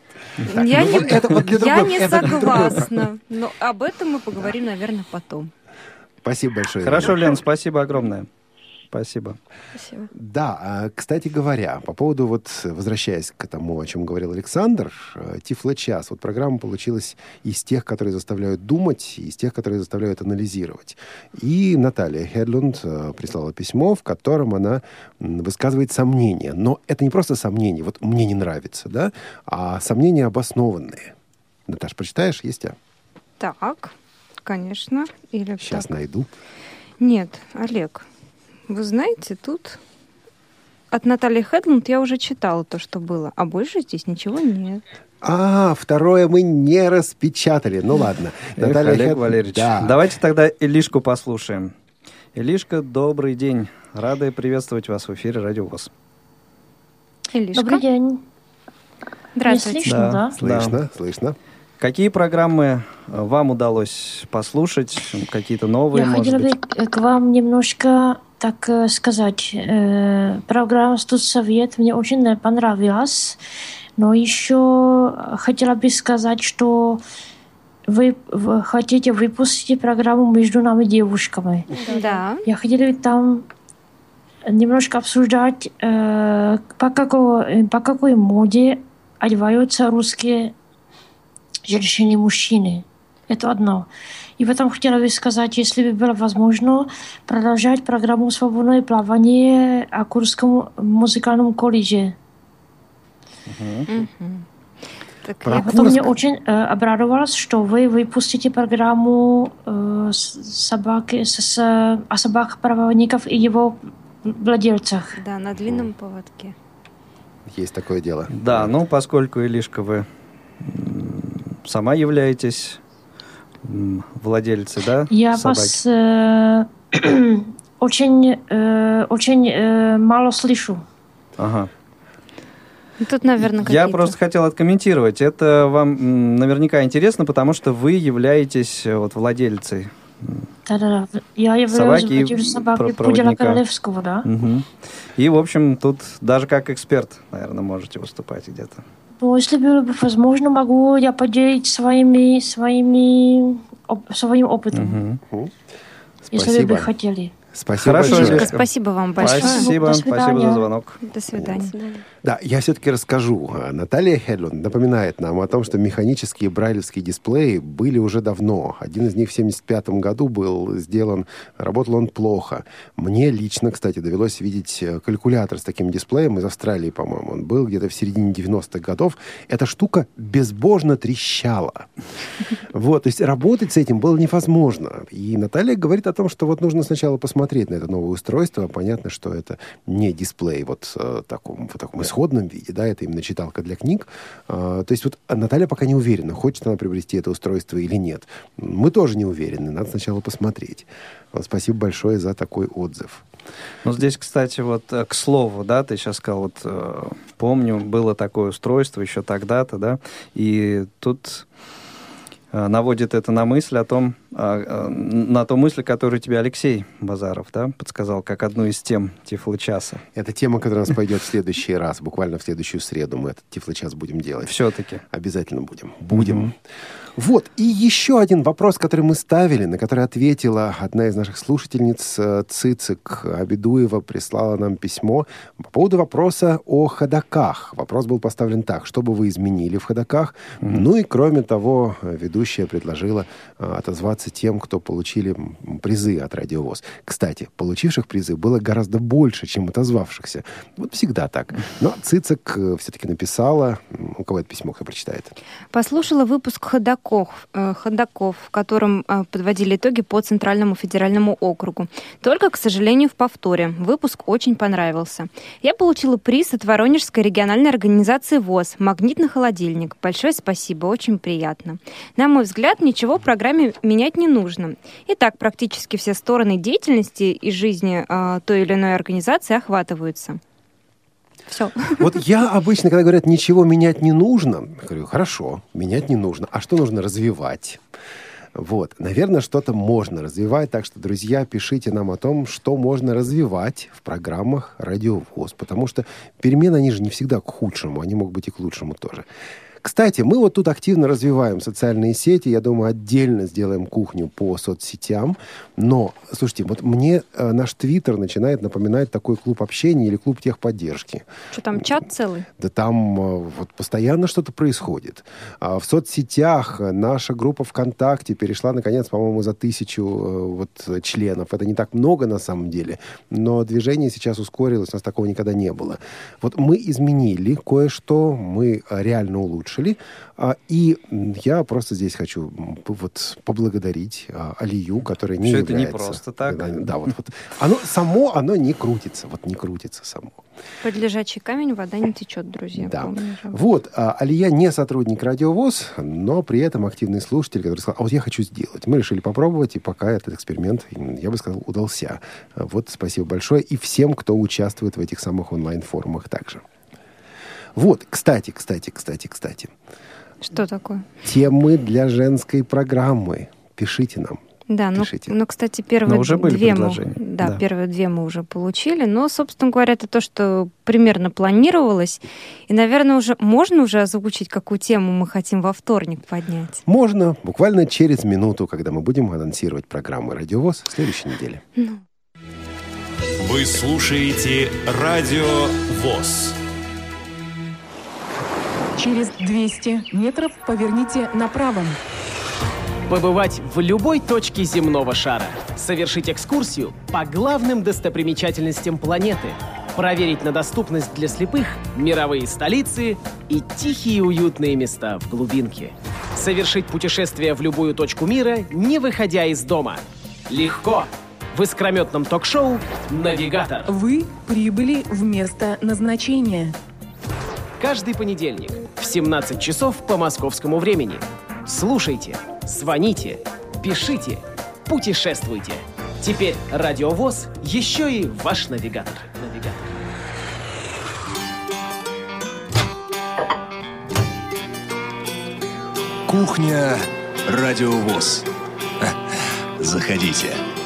Я не согласна. Но об этом мы поговорим, наверное, потом. Спасибо большое. Хорошо, Лен, спасибо огромное. Спасибо. Спасибо. Да, кстати говоря, по поводу, вот, возвращаясь к тому, о чем говорил Александр, Тифло-час. Вот программа получилась из тех, которые заставляют думать, из тех, которые заставляют анализировать. И Наталья Хедлунд прислала письмо, в котором она высказывает сомнения. Но это не просто сомнения, вот мне не нравится, да, а сомнения обоснованные. Наташ, прочитаешь? Есть я? Так, конечно. Или Сейчас так. найду. Нет, Олег, вы знаете, тут от Натальи Хедлунд я уже читала то, что было, а больше здесь ничего нет. А, второе мы не распечатали. Ну ладно. Эх, Наталья Олег Хед... Валерьевич, да. давайте тогда Илишку послушаем. Илишка, добрый день. Рады приветствовать вас в эфире Радио ВОС. Илишка. Добрый день. Здравствуйте. Меня слышно, да? Слышно, Да. слышно. Какие программы вам удалось послушать? Какие-то новые, Я может хотела быть? бы к вам немножко, так э, сказать, э, программа «Студсовет» мне очень э, понравилась, но еще хотела бы сказать, что вы, вы хотите выпустить программу «Между нами девушками». Да. Я хотела бы там немножко обсуждать, э, по, какой, по какой моде одеваются русские женщины и мужчины. Это одно. И потом хотела бы сказать, если бы было возможно, продолжать программу «Свободное плавание» о Курском музыкальном колледже. Угу. Так, А потом мне очень э, обрадовалось, что вы выпустите программу э, с, собаки, с, с, о собаках-проводников и его владельцах. Да, на длинном поводке. Есть такое дело. Да, ну, поскольку, Илишка, вы сама являетесь владельцей, да, Я собаки? вас э, очень, э, очень э, мало слышу. Ага. Тут, наверное, Я просто хотел откомментировать. Это вам м, наверняка интересно, потому что вы являетесь вот владельцей Да-да-да. Я являюсь собаки и владельцем собаки про- Пуделя проводника. Королевского, да. Мгм. И, в общем, тут даже как эксперт, наверное, можете выступать где-то. Ну, если было бы возможно, могу я поделить своими, своими, оп- своим опытом, Мгм. если вы Спасибо. бы хотели. Спасибо Хорошо, большое. Илишка. Спасибо вам большое. Спасибо, До спасибо свидания. за звонок. До свидания. Да, я все-таки расскажу. Наталья Хедлунд напоминает нам о том, что механические брайлевские дисплеи были уже давно. Один из них в семьдесят пятом году был сделан, работал он плохо. Мне лично, кстати, довелось видеть калькулятор с таким дисплеем из Австралии, по-моему. Он был где-то в середине девяностых годов. Эта штука безбожно трещала. Вот, то есть работать с этим было невозможно. И Наталья говорит о том, что вот нужно сначала посмотреть на это новое устройство. Понятно, что это не дисплей вот в таком, в таком исходном виде, да, это именно читалка для книг. А, то есть вот Наталья пока не уверена, хочет она приобрести это устройство или нет. Мы тоже не уверены, надо сначала посмотреть. Вот, спасибо большое за такой отзыв. Ну, здесь, кстати, вот э, к слову, да, ты сейчас сказал, вот э, помню, было такое устройство еще тогда-то, да, и тут э, наводит это на мысль о том, э, э, на ту мысль, которую тебе Алексей Базаров, да, подсказал, как одну из тем Тифло-часа. Это тема, которая у нас пойдет в следующий раз, буквально в следующую среду мы этот Тифло-час будем делать. Все-таки. Обязательно будем. Будем. Мгм. Вот, и еще один вопрос, который мы ставили, на который ответила одна из наших слушательниц, Цицик Абидуева, прислала нам письмо по поводу вопроса о ходоках. Вопрос был поставлен так: что бы вы изменили в ходоках? Mm-hmm. Ну и, кроме того, ведущая предложила отозваться тем, кто получили призы от Радио ВОС. Кстати, получивших призы было гораздо больше, чем отозвавшихся. Вот всегда так. Но Цицик все-таки написала. У кого это письмо, кто прочитает? Послушала выпуск ходоков, э, ходоков, в котором э, подводили итоги по Центральному федеральному округу. Только, к сожалению, в повторе. Выпуск очень понравился. Я получила приз от Воронежской региональной организации ВОС «Магнитный холодильник». Большое спасибо, очень приятно. На мой взгляд, ничего в программе менять не нужно. И так практически все стороны деятельности и жизни э, той или иной организации охватываются. Все. Вот я обычно, когда говорят, ничего менять не нужно, говорю, хорошо, менять не нужно. А что нужно развивать? Вот. Наверное, что-то можно развивать. Так что, друзья, пишите нам о том, что можно развивать в программах Радио ВОС. Потому что перемены, они же не всегда к худшему. Они могут быть и к лучшему тоже. Кстати, мы вот тут активно развиваем социальные сети. Я думаю, отдельно сделаем кухню по соцсетям. Но, слушайте, вот мне э, наш Твиттер начинает напоминать такой клуб общения или клуб техподдержки. Что там, чат целый? Да там э, вот постоянно что-то происходит. А в соцсетях наша группа ВКонтакте перешла, наконец, по-моему, за тысячу э, вот, членов. Это не так много на самом деле, но движение сейчас ускорилось, у нас такого никогда не было. Вот мы изменили кое-что, мы реально улучшили. И я просто здесь хочу вот поблагодарить Алию, которая не Все является... это не просто так. Да, да вот, вот. Оно само, оно не крутится. Вот не крутится само. Под лежачий камень вода не течет, друзья. Да. Помню, вот, а, Алия не сотрудник Радио ВОС, но при этом активный слушатель, который сказал, а вот я хочу сделать. Мы решили попробовать, и пока этот эксперимент, я бы сказал, удался. Вот, спасибо большое. И всем, кто участвует в этих самых онлайн-форумах также. Вот, кстати, кстати, кстати, кстати. Что такое? Темы для женской программы. Пишите нам. Да, ну, ну, кстати, первые уже были две мы, да, да, первые две мы уже получили. Но, собственно говоря, это то, что примерно планировалось. И, наверное, уже можно уже озвучить, какую тему мы хотим во вторник поднять? Можно. Буквально через минуту, когда мы будем анонсировать программы Радио ВОС в следующей неделе. Ну. Вы слушаете Радио ВОС. Через двести метров поверните направо. Побывать в любой точке земного шара. Совершить экскурсию по главным достопримечательностям планеты. Проверить на доступность для слепых мировые столицы и тихие уютные места в глубинке. Совершить путешествие в любую точку мира, не выходя из дома. Легко. В искрометном ток-шоу «Навигатор». Вы прибыли в место назначения. Каждый понедельник в семнадцать часов по московскому времени. Слушайте, звоните, пишите, путешествуйте. Теперь Радио ВОС еще и ваш навигатор. Навигатор. Кухня Радио ВОС. Заходите.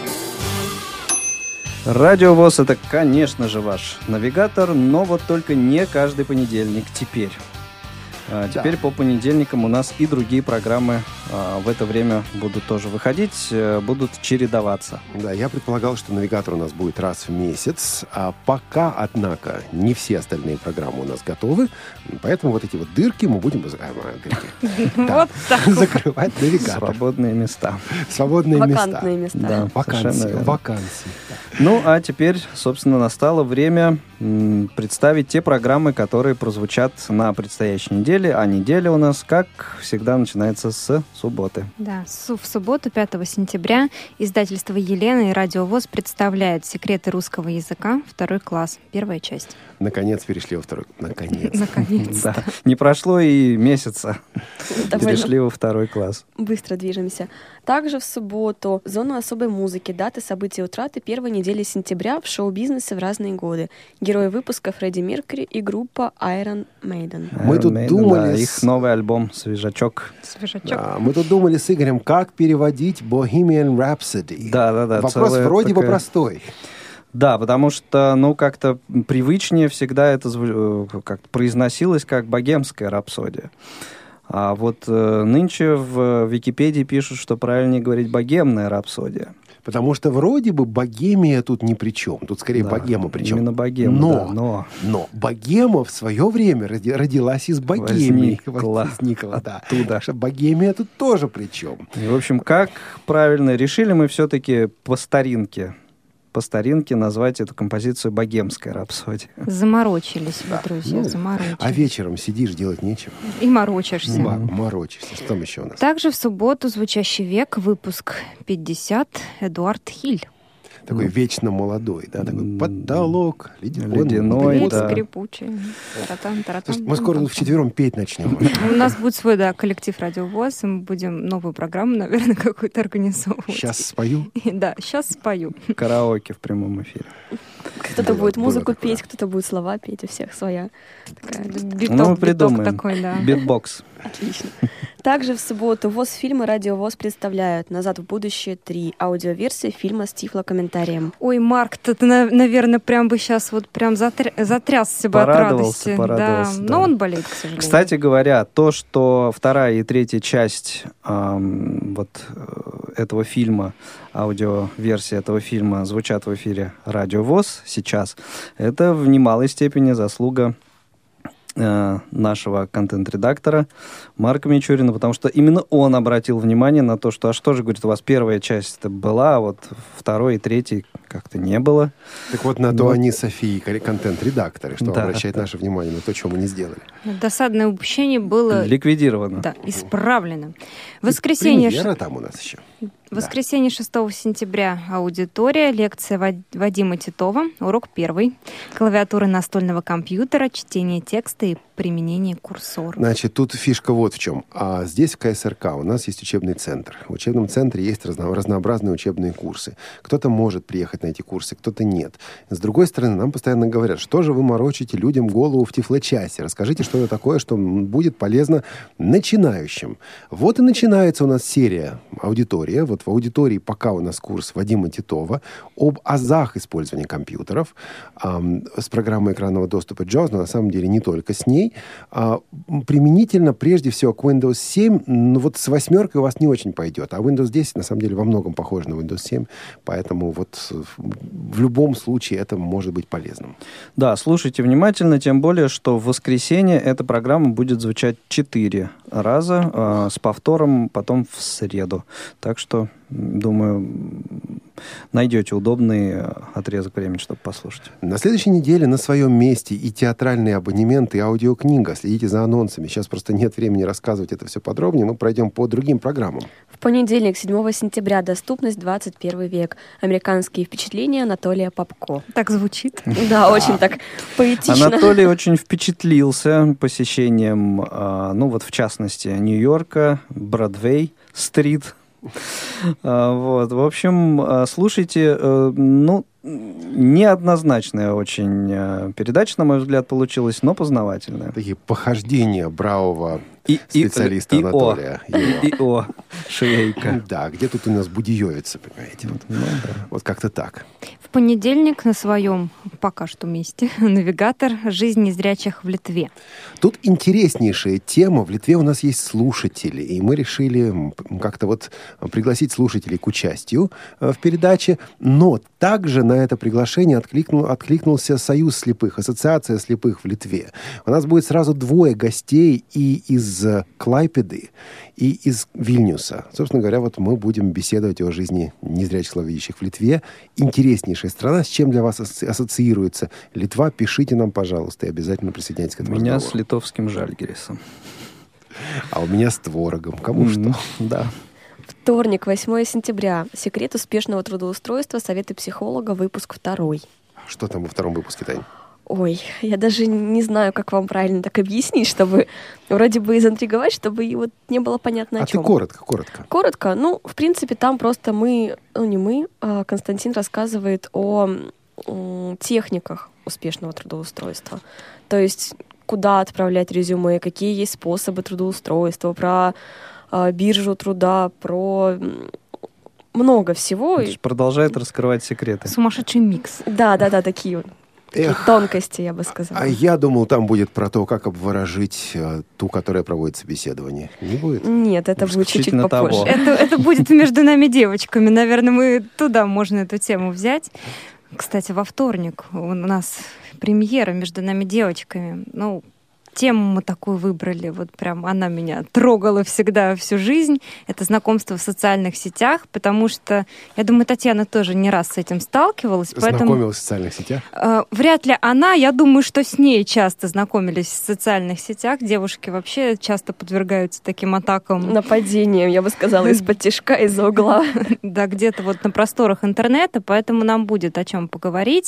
Радио ВОС — это, конечно же, ваш навигатор, но вот только не каждый понедельник теперь. А теперь да. По понедельникам у нас и другие программы а, в это время будут тоже выходить, а, будут чередоваться. Да, я предполагал, что навигатор у нас будет раз в месяц, а пока, однако, не все остальные программы у нас готовы, поэтому вот эти вот дырки мы будем закрывать навигатор. Свободные места. Свободные места. Вакантные места. Да, вакансии. Вакансии. Ну, а теперь, собственно, настало время м, представить те программы, которые прозвучат на предстоящей неделе. А неделя у нас, как всегда, начинается с субботы. Да, в субботу, пятого сентября, издательство «Елена» и Радио ВОС представляют «Секреты русского языка», второй класс, первая часть. Наконец перешли во второй. Наконец. Наконец-то. Не прошло и месяца. Перешли во второй класс. Быстро движемся. Также в субботу зону особой музыки, даты, события, утраты первой недели сентября в шоу-бизнесе в разные годы. Герои выпуска Фредди Меркьюри и группа Iron Maiden. Мы тут думали... Да, их новый альбом «Свежачок». Свежачок. Да, мы тут думали с Игорем, как переводить Bohemian Rhapsody. Да, да, да. Вопрос вроде такая... бы простой. Да, потому что, ну, как-то привычнее всегда это как произносилось как «богемская рапсодия». А вот э, нынче в Википедии пишут, что правильнее говорить «богемная рапсодия». Потому что вроде бы богемия тут ни при чем. Тут скорее да, богема причем. Именно богема, но, да, но... но богема в свое время роди, родилась из богемии. Возникла, Возникла да. оттуда. Что богемия тут тоже при чем. И, в общем, как правильно решили мы все-таки по старинке, по старинке назвать эту композицию «Богемская рапсодия». Заморочились вы, друзья, Ну, заморочились. а вечером сидишь, делать нечего. И морочишься. М- морочишься. Что там еще у нас? Также в субботу «Звучащий век», выпуск пятьдесят, Эдуард Хиль. Такой вечно молодой, да, такой потолок, ледяной, ледяной, Петь да. скрипучий. Таратан, таратан. Мы скоро тут вчетвером петь начнем. У нас будет свой, да, коллектив «Радио ВОС», и мы будем новую программу, наверное, какую-то организовывать. Сейчас спою? Да, сейчас спою. Караоке в прямом эфире. Кто-то Было- будет было музыку такое. петь, кто-то будет слова петь, у всех своя такая. Биток, Ну, мы биток придумаем. такой, да. Битбокс. Отлично. Также в субботу ВОС фильмы «Радио ВОС» представляют «Назад в будущее три», аудиоверсия фильма с тифлокомментарием. Ой, Марк, ты, ты, на- наверное, прям бы сейчас вот прям затря- затрясся бы от Порадовался, радости. порадовался, да. да. Но он болеет, к сожалению. Кстати говоря, то, что вторая и третья часть эм, вот э, этого фильма, аудиоверсия этого фильма звучат в эфире «Радио ВОС» сейчас, это в немалой степени заслуга э, нашего контент-редактора Марка Мичурина, потому что именно он обратил внимание на то, что, а что же, говорит, у вас первая часть-то была, а вот второй и третьей как-то не было. Так вот, на то Вот. они, Софии, контент-редакторы, что Да, обращает да. наше внимание на то, что мы не сделали. Досадное упущение было Ликвидировано. да, исправлено. Воскресенье, ш- Премьера там у нас еще. воскресенье шестого сентября аудитория, лекция Вад- Вадима Титова, урок первый, клавиатура настольного компьютера, чтение текста и применение курсора. Значит, тут фишка вот в чем. А здесь, в ка эс эр ка, у нас есть учебный центр. В учебном центре есть разно- разнообразные учебные курсы. Кто-то может приехать на эти курсы, кто-то нет. С другой стороны, нам постоянно говорят, что же вы морочите людям голову в тифлочасе? Расскажите что-то такое, что м, будет полезно начинающим. Вот и начинается у нас серия «Аудитория». Вот в аудитории пока у нас курс Вадима Титова об азах использования компьютеров ам, с программой экранного доступа джоуз, но на самом деле не только с ней. А, м, применительно прежде всего к Windows семь, ну вот с восьмеркой у вас не очень пойдет, а Windows десять на самом деле во многом похож на Windows семь, поэтому вот в любом случае это может быть полезным. Да, слушайте внимательно, тем более, что в воскресенье эта программа будет звучать четыре раза, э, с повтором потом в среду. Так что, м, думаю, м, найдете удобный э, отрезок времени, чтобы послушать. На следующей неделе на своем месте и театральный абонемент, и аудиокнига. Следите за анонсами. Сейчас просто нет времени рассказывать это все подробнее. Мы пройдем по другим программам. В понедельник, седьмого сентября, доступность двадцать первый век. Американские впечатления Анатолия Попко. Так звучит. Да, очень так поэтично. Анатолий очень впечатлился посещением, э, ну вот в частности, Нью-Йорка, Бродвей, стрит. А, вот, в общем, э, слушайте, э, ну, неоднозначная очень э, передача, на мой взгляд, получилась, но познавательная. Такие похождения бравого И- и- специалиста и- и- Анатолия. о. И о, швейка. Да, где тут у нас Будиевица, понимаете? Вот, вот как-то так. В понедельник на своем пока что месте навигатор «Жизнь незрячих в Литве». Тут интереснейшая тема. В Литве у нас есть слушатели, и мы решили м, как-то вот пригласить слушателей к участию э, в передаче. Но также на это приглашение откликнул, откликнулся Союз слепых, Ассоциация слепых в Литве. У нас будет сразу двое гостей и из э, Клайпеды, и из Вильнюса. Собственно говоря, вот мы будем беседовать о жизни незрячих слабовидящих в Литве. Интереснейшая страна. С чем для вас асоци- ассоциируется Литва? Пишите нам, пожалуйста, и обязательно присоединяйтесь к У этому меня разговору. с литовским Жальгирисом. А у меня с творогом. Кому что? Да. Вторник, восьмого сентября. Секрет успешного трудоустройства. Советы психолога. Выпуск второй. Что там во втором выпуске, Тань? Ой, я даже не знаю, как вам правильно так объяснить, чтобы вроде бы заинтриговать, чтобы и вот не было понятно о А чем. ты коротко, коротко. Коротко, ну, в принципе, там просто мы, ну не мы, а Константин рассказывает о м, техниках успешного трудоустройства. То есть, куда отправлять резюме, какие есть способы трудоустройства, про а, биржу труда, про м, много всего. Продолжает раскрывать секреты. Сумасшедший микс. Да, да, да, такие вот. Такие Эх, тонкости, я бы сказала. А я думал, там будет про то, как обворожить э, ту, которая проводит собеседование. Не будет? Нет, это будет чуть-чуть попозже. Это, это будет между нами девочками. Наверное, мы туда можно эту тему взять. Кстати, во вторник у нас премьера между нами девочками. Ну, тему мы такую выбрали, вот прям она меня трогала всегда всю жизнь. Это знакомство в социальных сетях, потому что, я думаю, Татьяна тоже не раз с этим сталкивалась. Знакомилась поэтому, в социальных сетях? Э, вряд ли она, я думаю, что с ней часто знакомились в социальных сетях. Девушки вообще часто подвергаются таким атакам. Нападениям, я бы сказала, из-под тишка, из-за угла. Да, где-то вот на просторах интернета, поэтому нам будет о чем поговорить.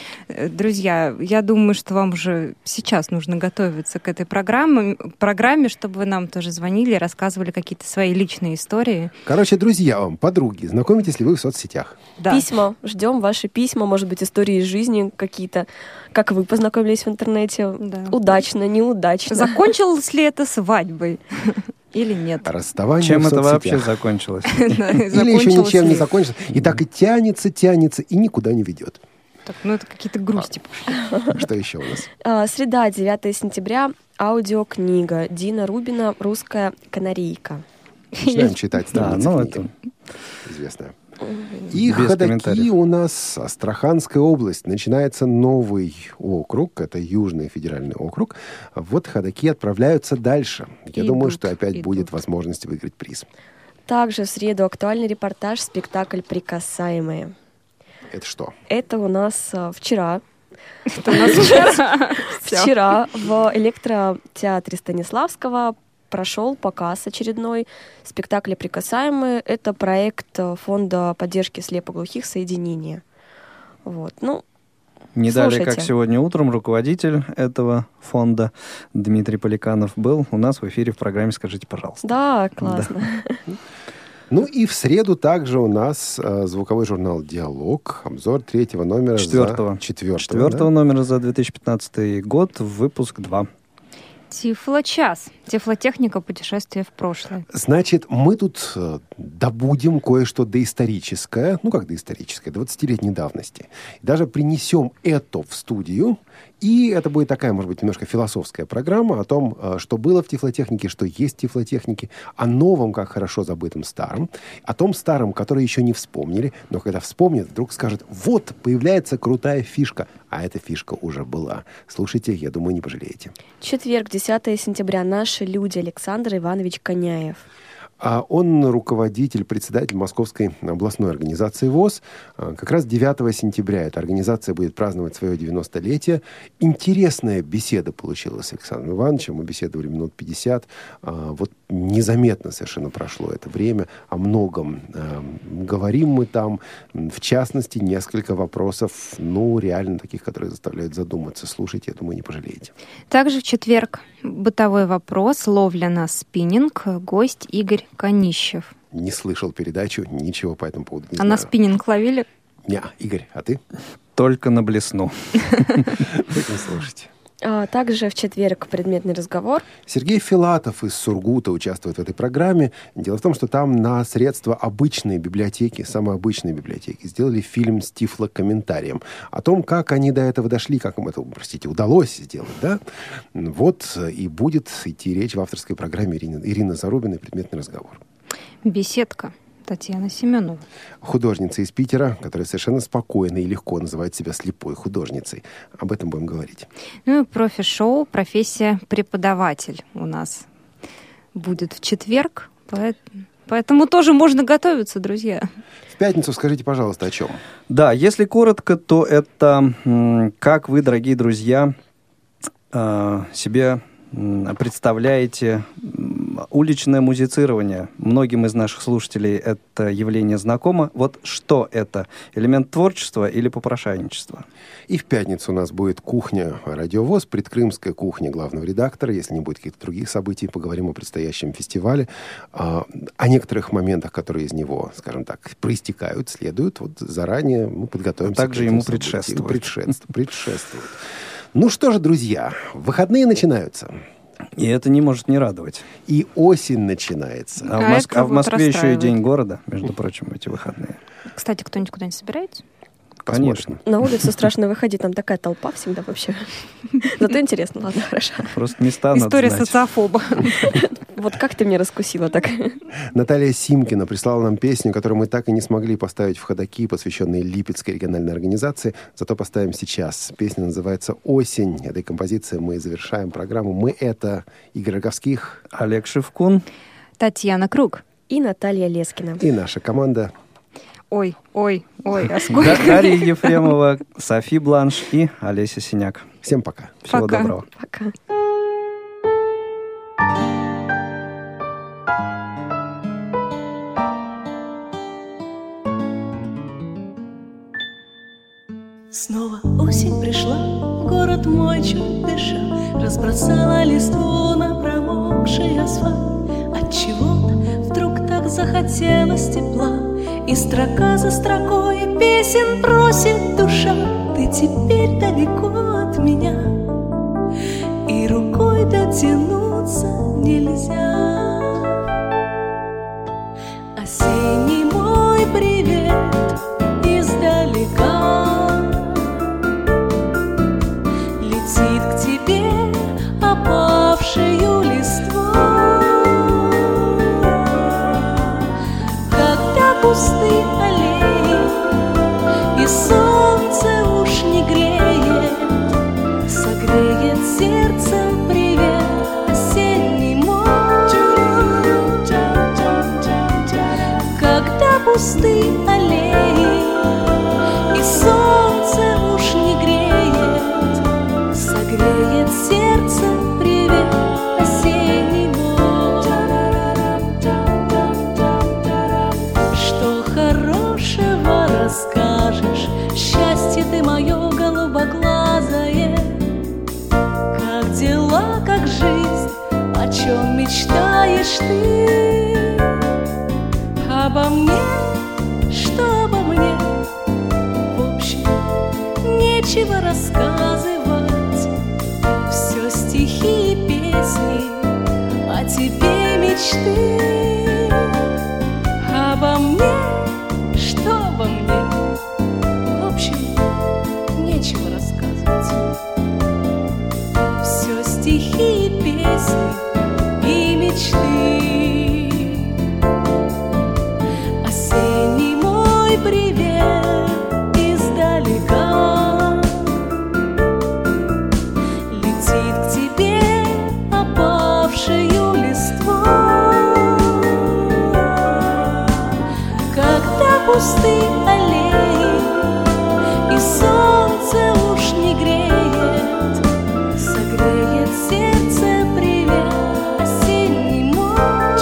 Друзья, я думаю, что вам уже сейчас нужно готовиться к этой программе, программе, чтобы вы нам тоже звонили, рассказывали какие-то свои личные истории. Короче, друзья вам, подруги, знакомитесь ли вы в соцсетях? Да. Письма. Ждем ваши письма, может быть, истории из жизни какие-то. Как вы познакомились в интернете? Да. Удачно, неудачно. Закончилось ли это свадьбой? Или нет? Расставание Чем в это соцсетях. вообще закончилось? Или еще ничем не закончилось. И так и тянется, тянется, и никуда не ведет. Так, ну это какие-то грусти пошли. Что еще у нас? А, среда, девятое сентября, аудиокнига Дина Рубина «Русская канарейка». Начинаем читать страницы да, ну книги. Это... Известная. И Без ходаки у нас Астраханская область. Начинается новый округ, это Южный федеральный округ. Вот ходаки отправляются дальше. Я Идут, думаю, что опять идут. будет возможность выиграть приз. Также в среду актуальный репортаж, спектакль «Прикасаемые». Это что? Это у нас а, вчера. Это у нас вчера. Вчера в электротеатре Станиславского прошел показ очередной спектакля «Прикасаемые». Это проект фонда поддержки слепоглухих «Соединение». Вот. Ну, Не слушайте. далее, как сегодня утром, руководитель этого фонда Дмитрий Поликанов был у нас в эфире в программе «Скажите, пожалуйста». Да, классно. Да. Ну и в среду также у нас э, звуковой журнал «Диалог», обзор третьего номера Четвертого. за... Четвертого. Четвертого да? номера за две тысячи пятнадцатый год, выпуск два. Тифлочас. Тифлотехника, путешествие в прошлое. Значит, мы тут э, добудем кое-что доисторическое, ну как доисторическое, двадцатилетней давности. Даже принесем это в студию, и это будет такая, может быть, немножко философская программа о том, э, что было в тифлотехнике, что есть в тифлотехнике, о новом, как хорошо забытом старом, о том старом, который еще не вспомнили, но когда вспомнят, вдруг скажут, вот, появляется крутая фишка, а эта фишка уже была. Слушайте, я думаю, не пожалеете. Четверг, десятое сентября. Наши люди. Александр Иванович Коняев. Он руководитель, председатель Московской областной организации ВОС. Как раз девятого сентября эта организация будет праздновать свое девяностолетие. Интересная беседа получилась с Александром Ивановичем. Мы беседовали минут пятьдесят. Вот незаметно совершенно прошло это время. О многом говорим мы там. В частности, несколько вопросов, ну, реально таких, которые заставляют задуматься. Слушайте, я думаю, не пожалеете. Также в четверг бытовой вопрос, ловля на спиннинг, гость Игорь Конищев. Не слышал передачу, ничего по этому поводу не а знаю. На спиннинг ловили? Не, Игорь, а ты? Только на блесну. Будем слушать. А, также в четверг предметный разговор. Сергей Филатов из Сургута участвует в этой программе. Дело в том, что там на средства обычной библиотеки, самой обычной библиотеки, сделали фильм с тифлокомментарием о том, как они до этого дошли, как им это, простите, удалось сделать, да? Вот и будет идти речь в авторской программе Ирины, Ирины Зарубиной «Предметный разговор». Беседка. Татьяна Семенова. Художница из Питера, которая совершенно спокойно и легко называет себя слепой художницей. Об этом будем говорить. Ну и профи-шоу «Профессия преподаватель» у нас будет в четверг. Поэтому, поэтому тоже можно готовиться, друзья. В пятницу скажите, пожалуйста, о чем? Да, если коротко, то это как вы, дорогие друзья, себе представляете уличное музицирование. Многим из наших слушателей это явление знакомо. Вот что это? Элемент творчества или попрошайничества? И в пятницу у нас будет кухня «Радио ВОС», предкрымская кухня главного редактора. Если не будет каких-то других событий, поговорим о предстоящем фестивале, о некоторых моментах, которые из него, скажем так, проистекают, следуют. Вот заранее мы подготовимся. А также ему предшествует. Предшествует. предшествует. Ну что же, друзья, выходные начинаются. И это не может не радовать. И осень начинается. А, а, в, Моск... а в Москве еще и День города, между прочим, эти выходные. Кстати, кто-нибудь куда-нибудь собирается? Посмотрим. На улицу страшно выходить, там такая толпа всегда вообще. Зато интересно, ладно, хорошо. Просто места надо История знать. социофоба. Вот как ты меня раскусила так? Наталья Симкина прислала нам песню, которую мы так и не смогли поставить в ходоки, посвященные Липецкой региональной организации. Зато поставим сейчас. Песня называется «Осень». Этой композицией мы завершаем программу. Мы — это Игорь Роговских, Олег Шевкун, Татьяна Круг и Наталья Лескина. И наша команда. Ой, ой, ой, а сколько? Дарья Ефремова, Софи Бланш и Олеся Синяк. Всем пока. Всего Пока. доброго. Пока. Снова осень пришла, в город мой чуть дыша, разбросала листву на промокший асфальт. Отчего-то вдруг так захотелось тепла, и строка за строкой песен просит душа. Ты теперь далеко от меня, и рукой дотянуться нельзя. Осенний мой привет издалека летит к тебе опавшую листву. Когда пусты аллеи и солнце уж не греет, согреет сердцем привет осенний мой. Когда пусты аллеи и солнце уж не греет, согреет сердцем привет осенний мой. Что хорошего расскажешь, счастье ты мое голубоглазое? Как дела, как жизнь, о чем мечтаешь ты? Обо мне, что обо мне? В общем, нечего рассказывать. Все стихи и песни, о тебе мечты. Обо мне, что обо мне? В общем, нечего рассказывать. Все стихи и песни и мечты. Осенний мой привет издалека летит к тебе опавшую листву. Когда пусты аллеи и солнце уж не греет, согреет сердце привет осенний мой.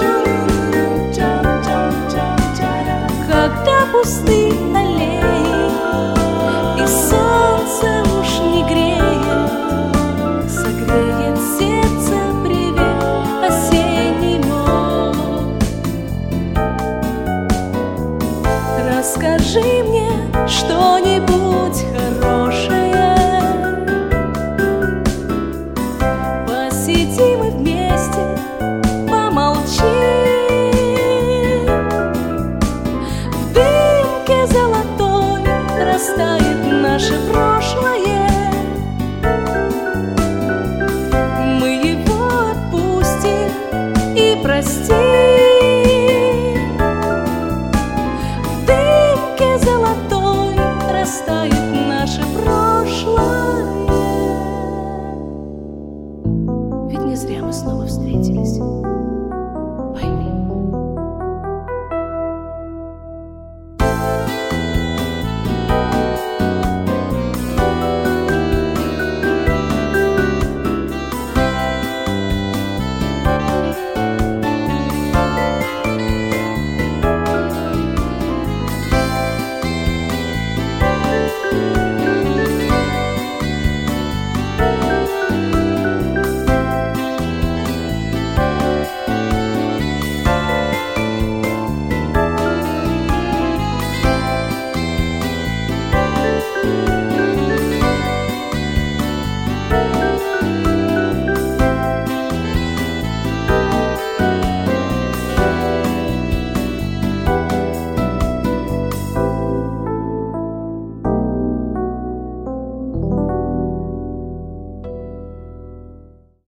Когда пусты аллеи и солнце уж не греет, согреет сердце привет осенний мой. Расскажи мне что-нибудь хорошее, посидим мы вместе, помолчим. В дымке золотой растает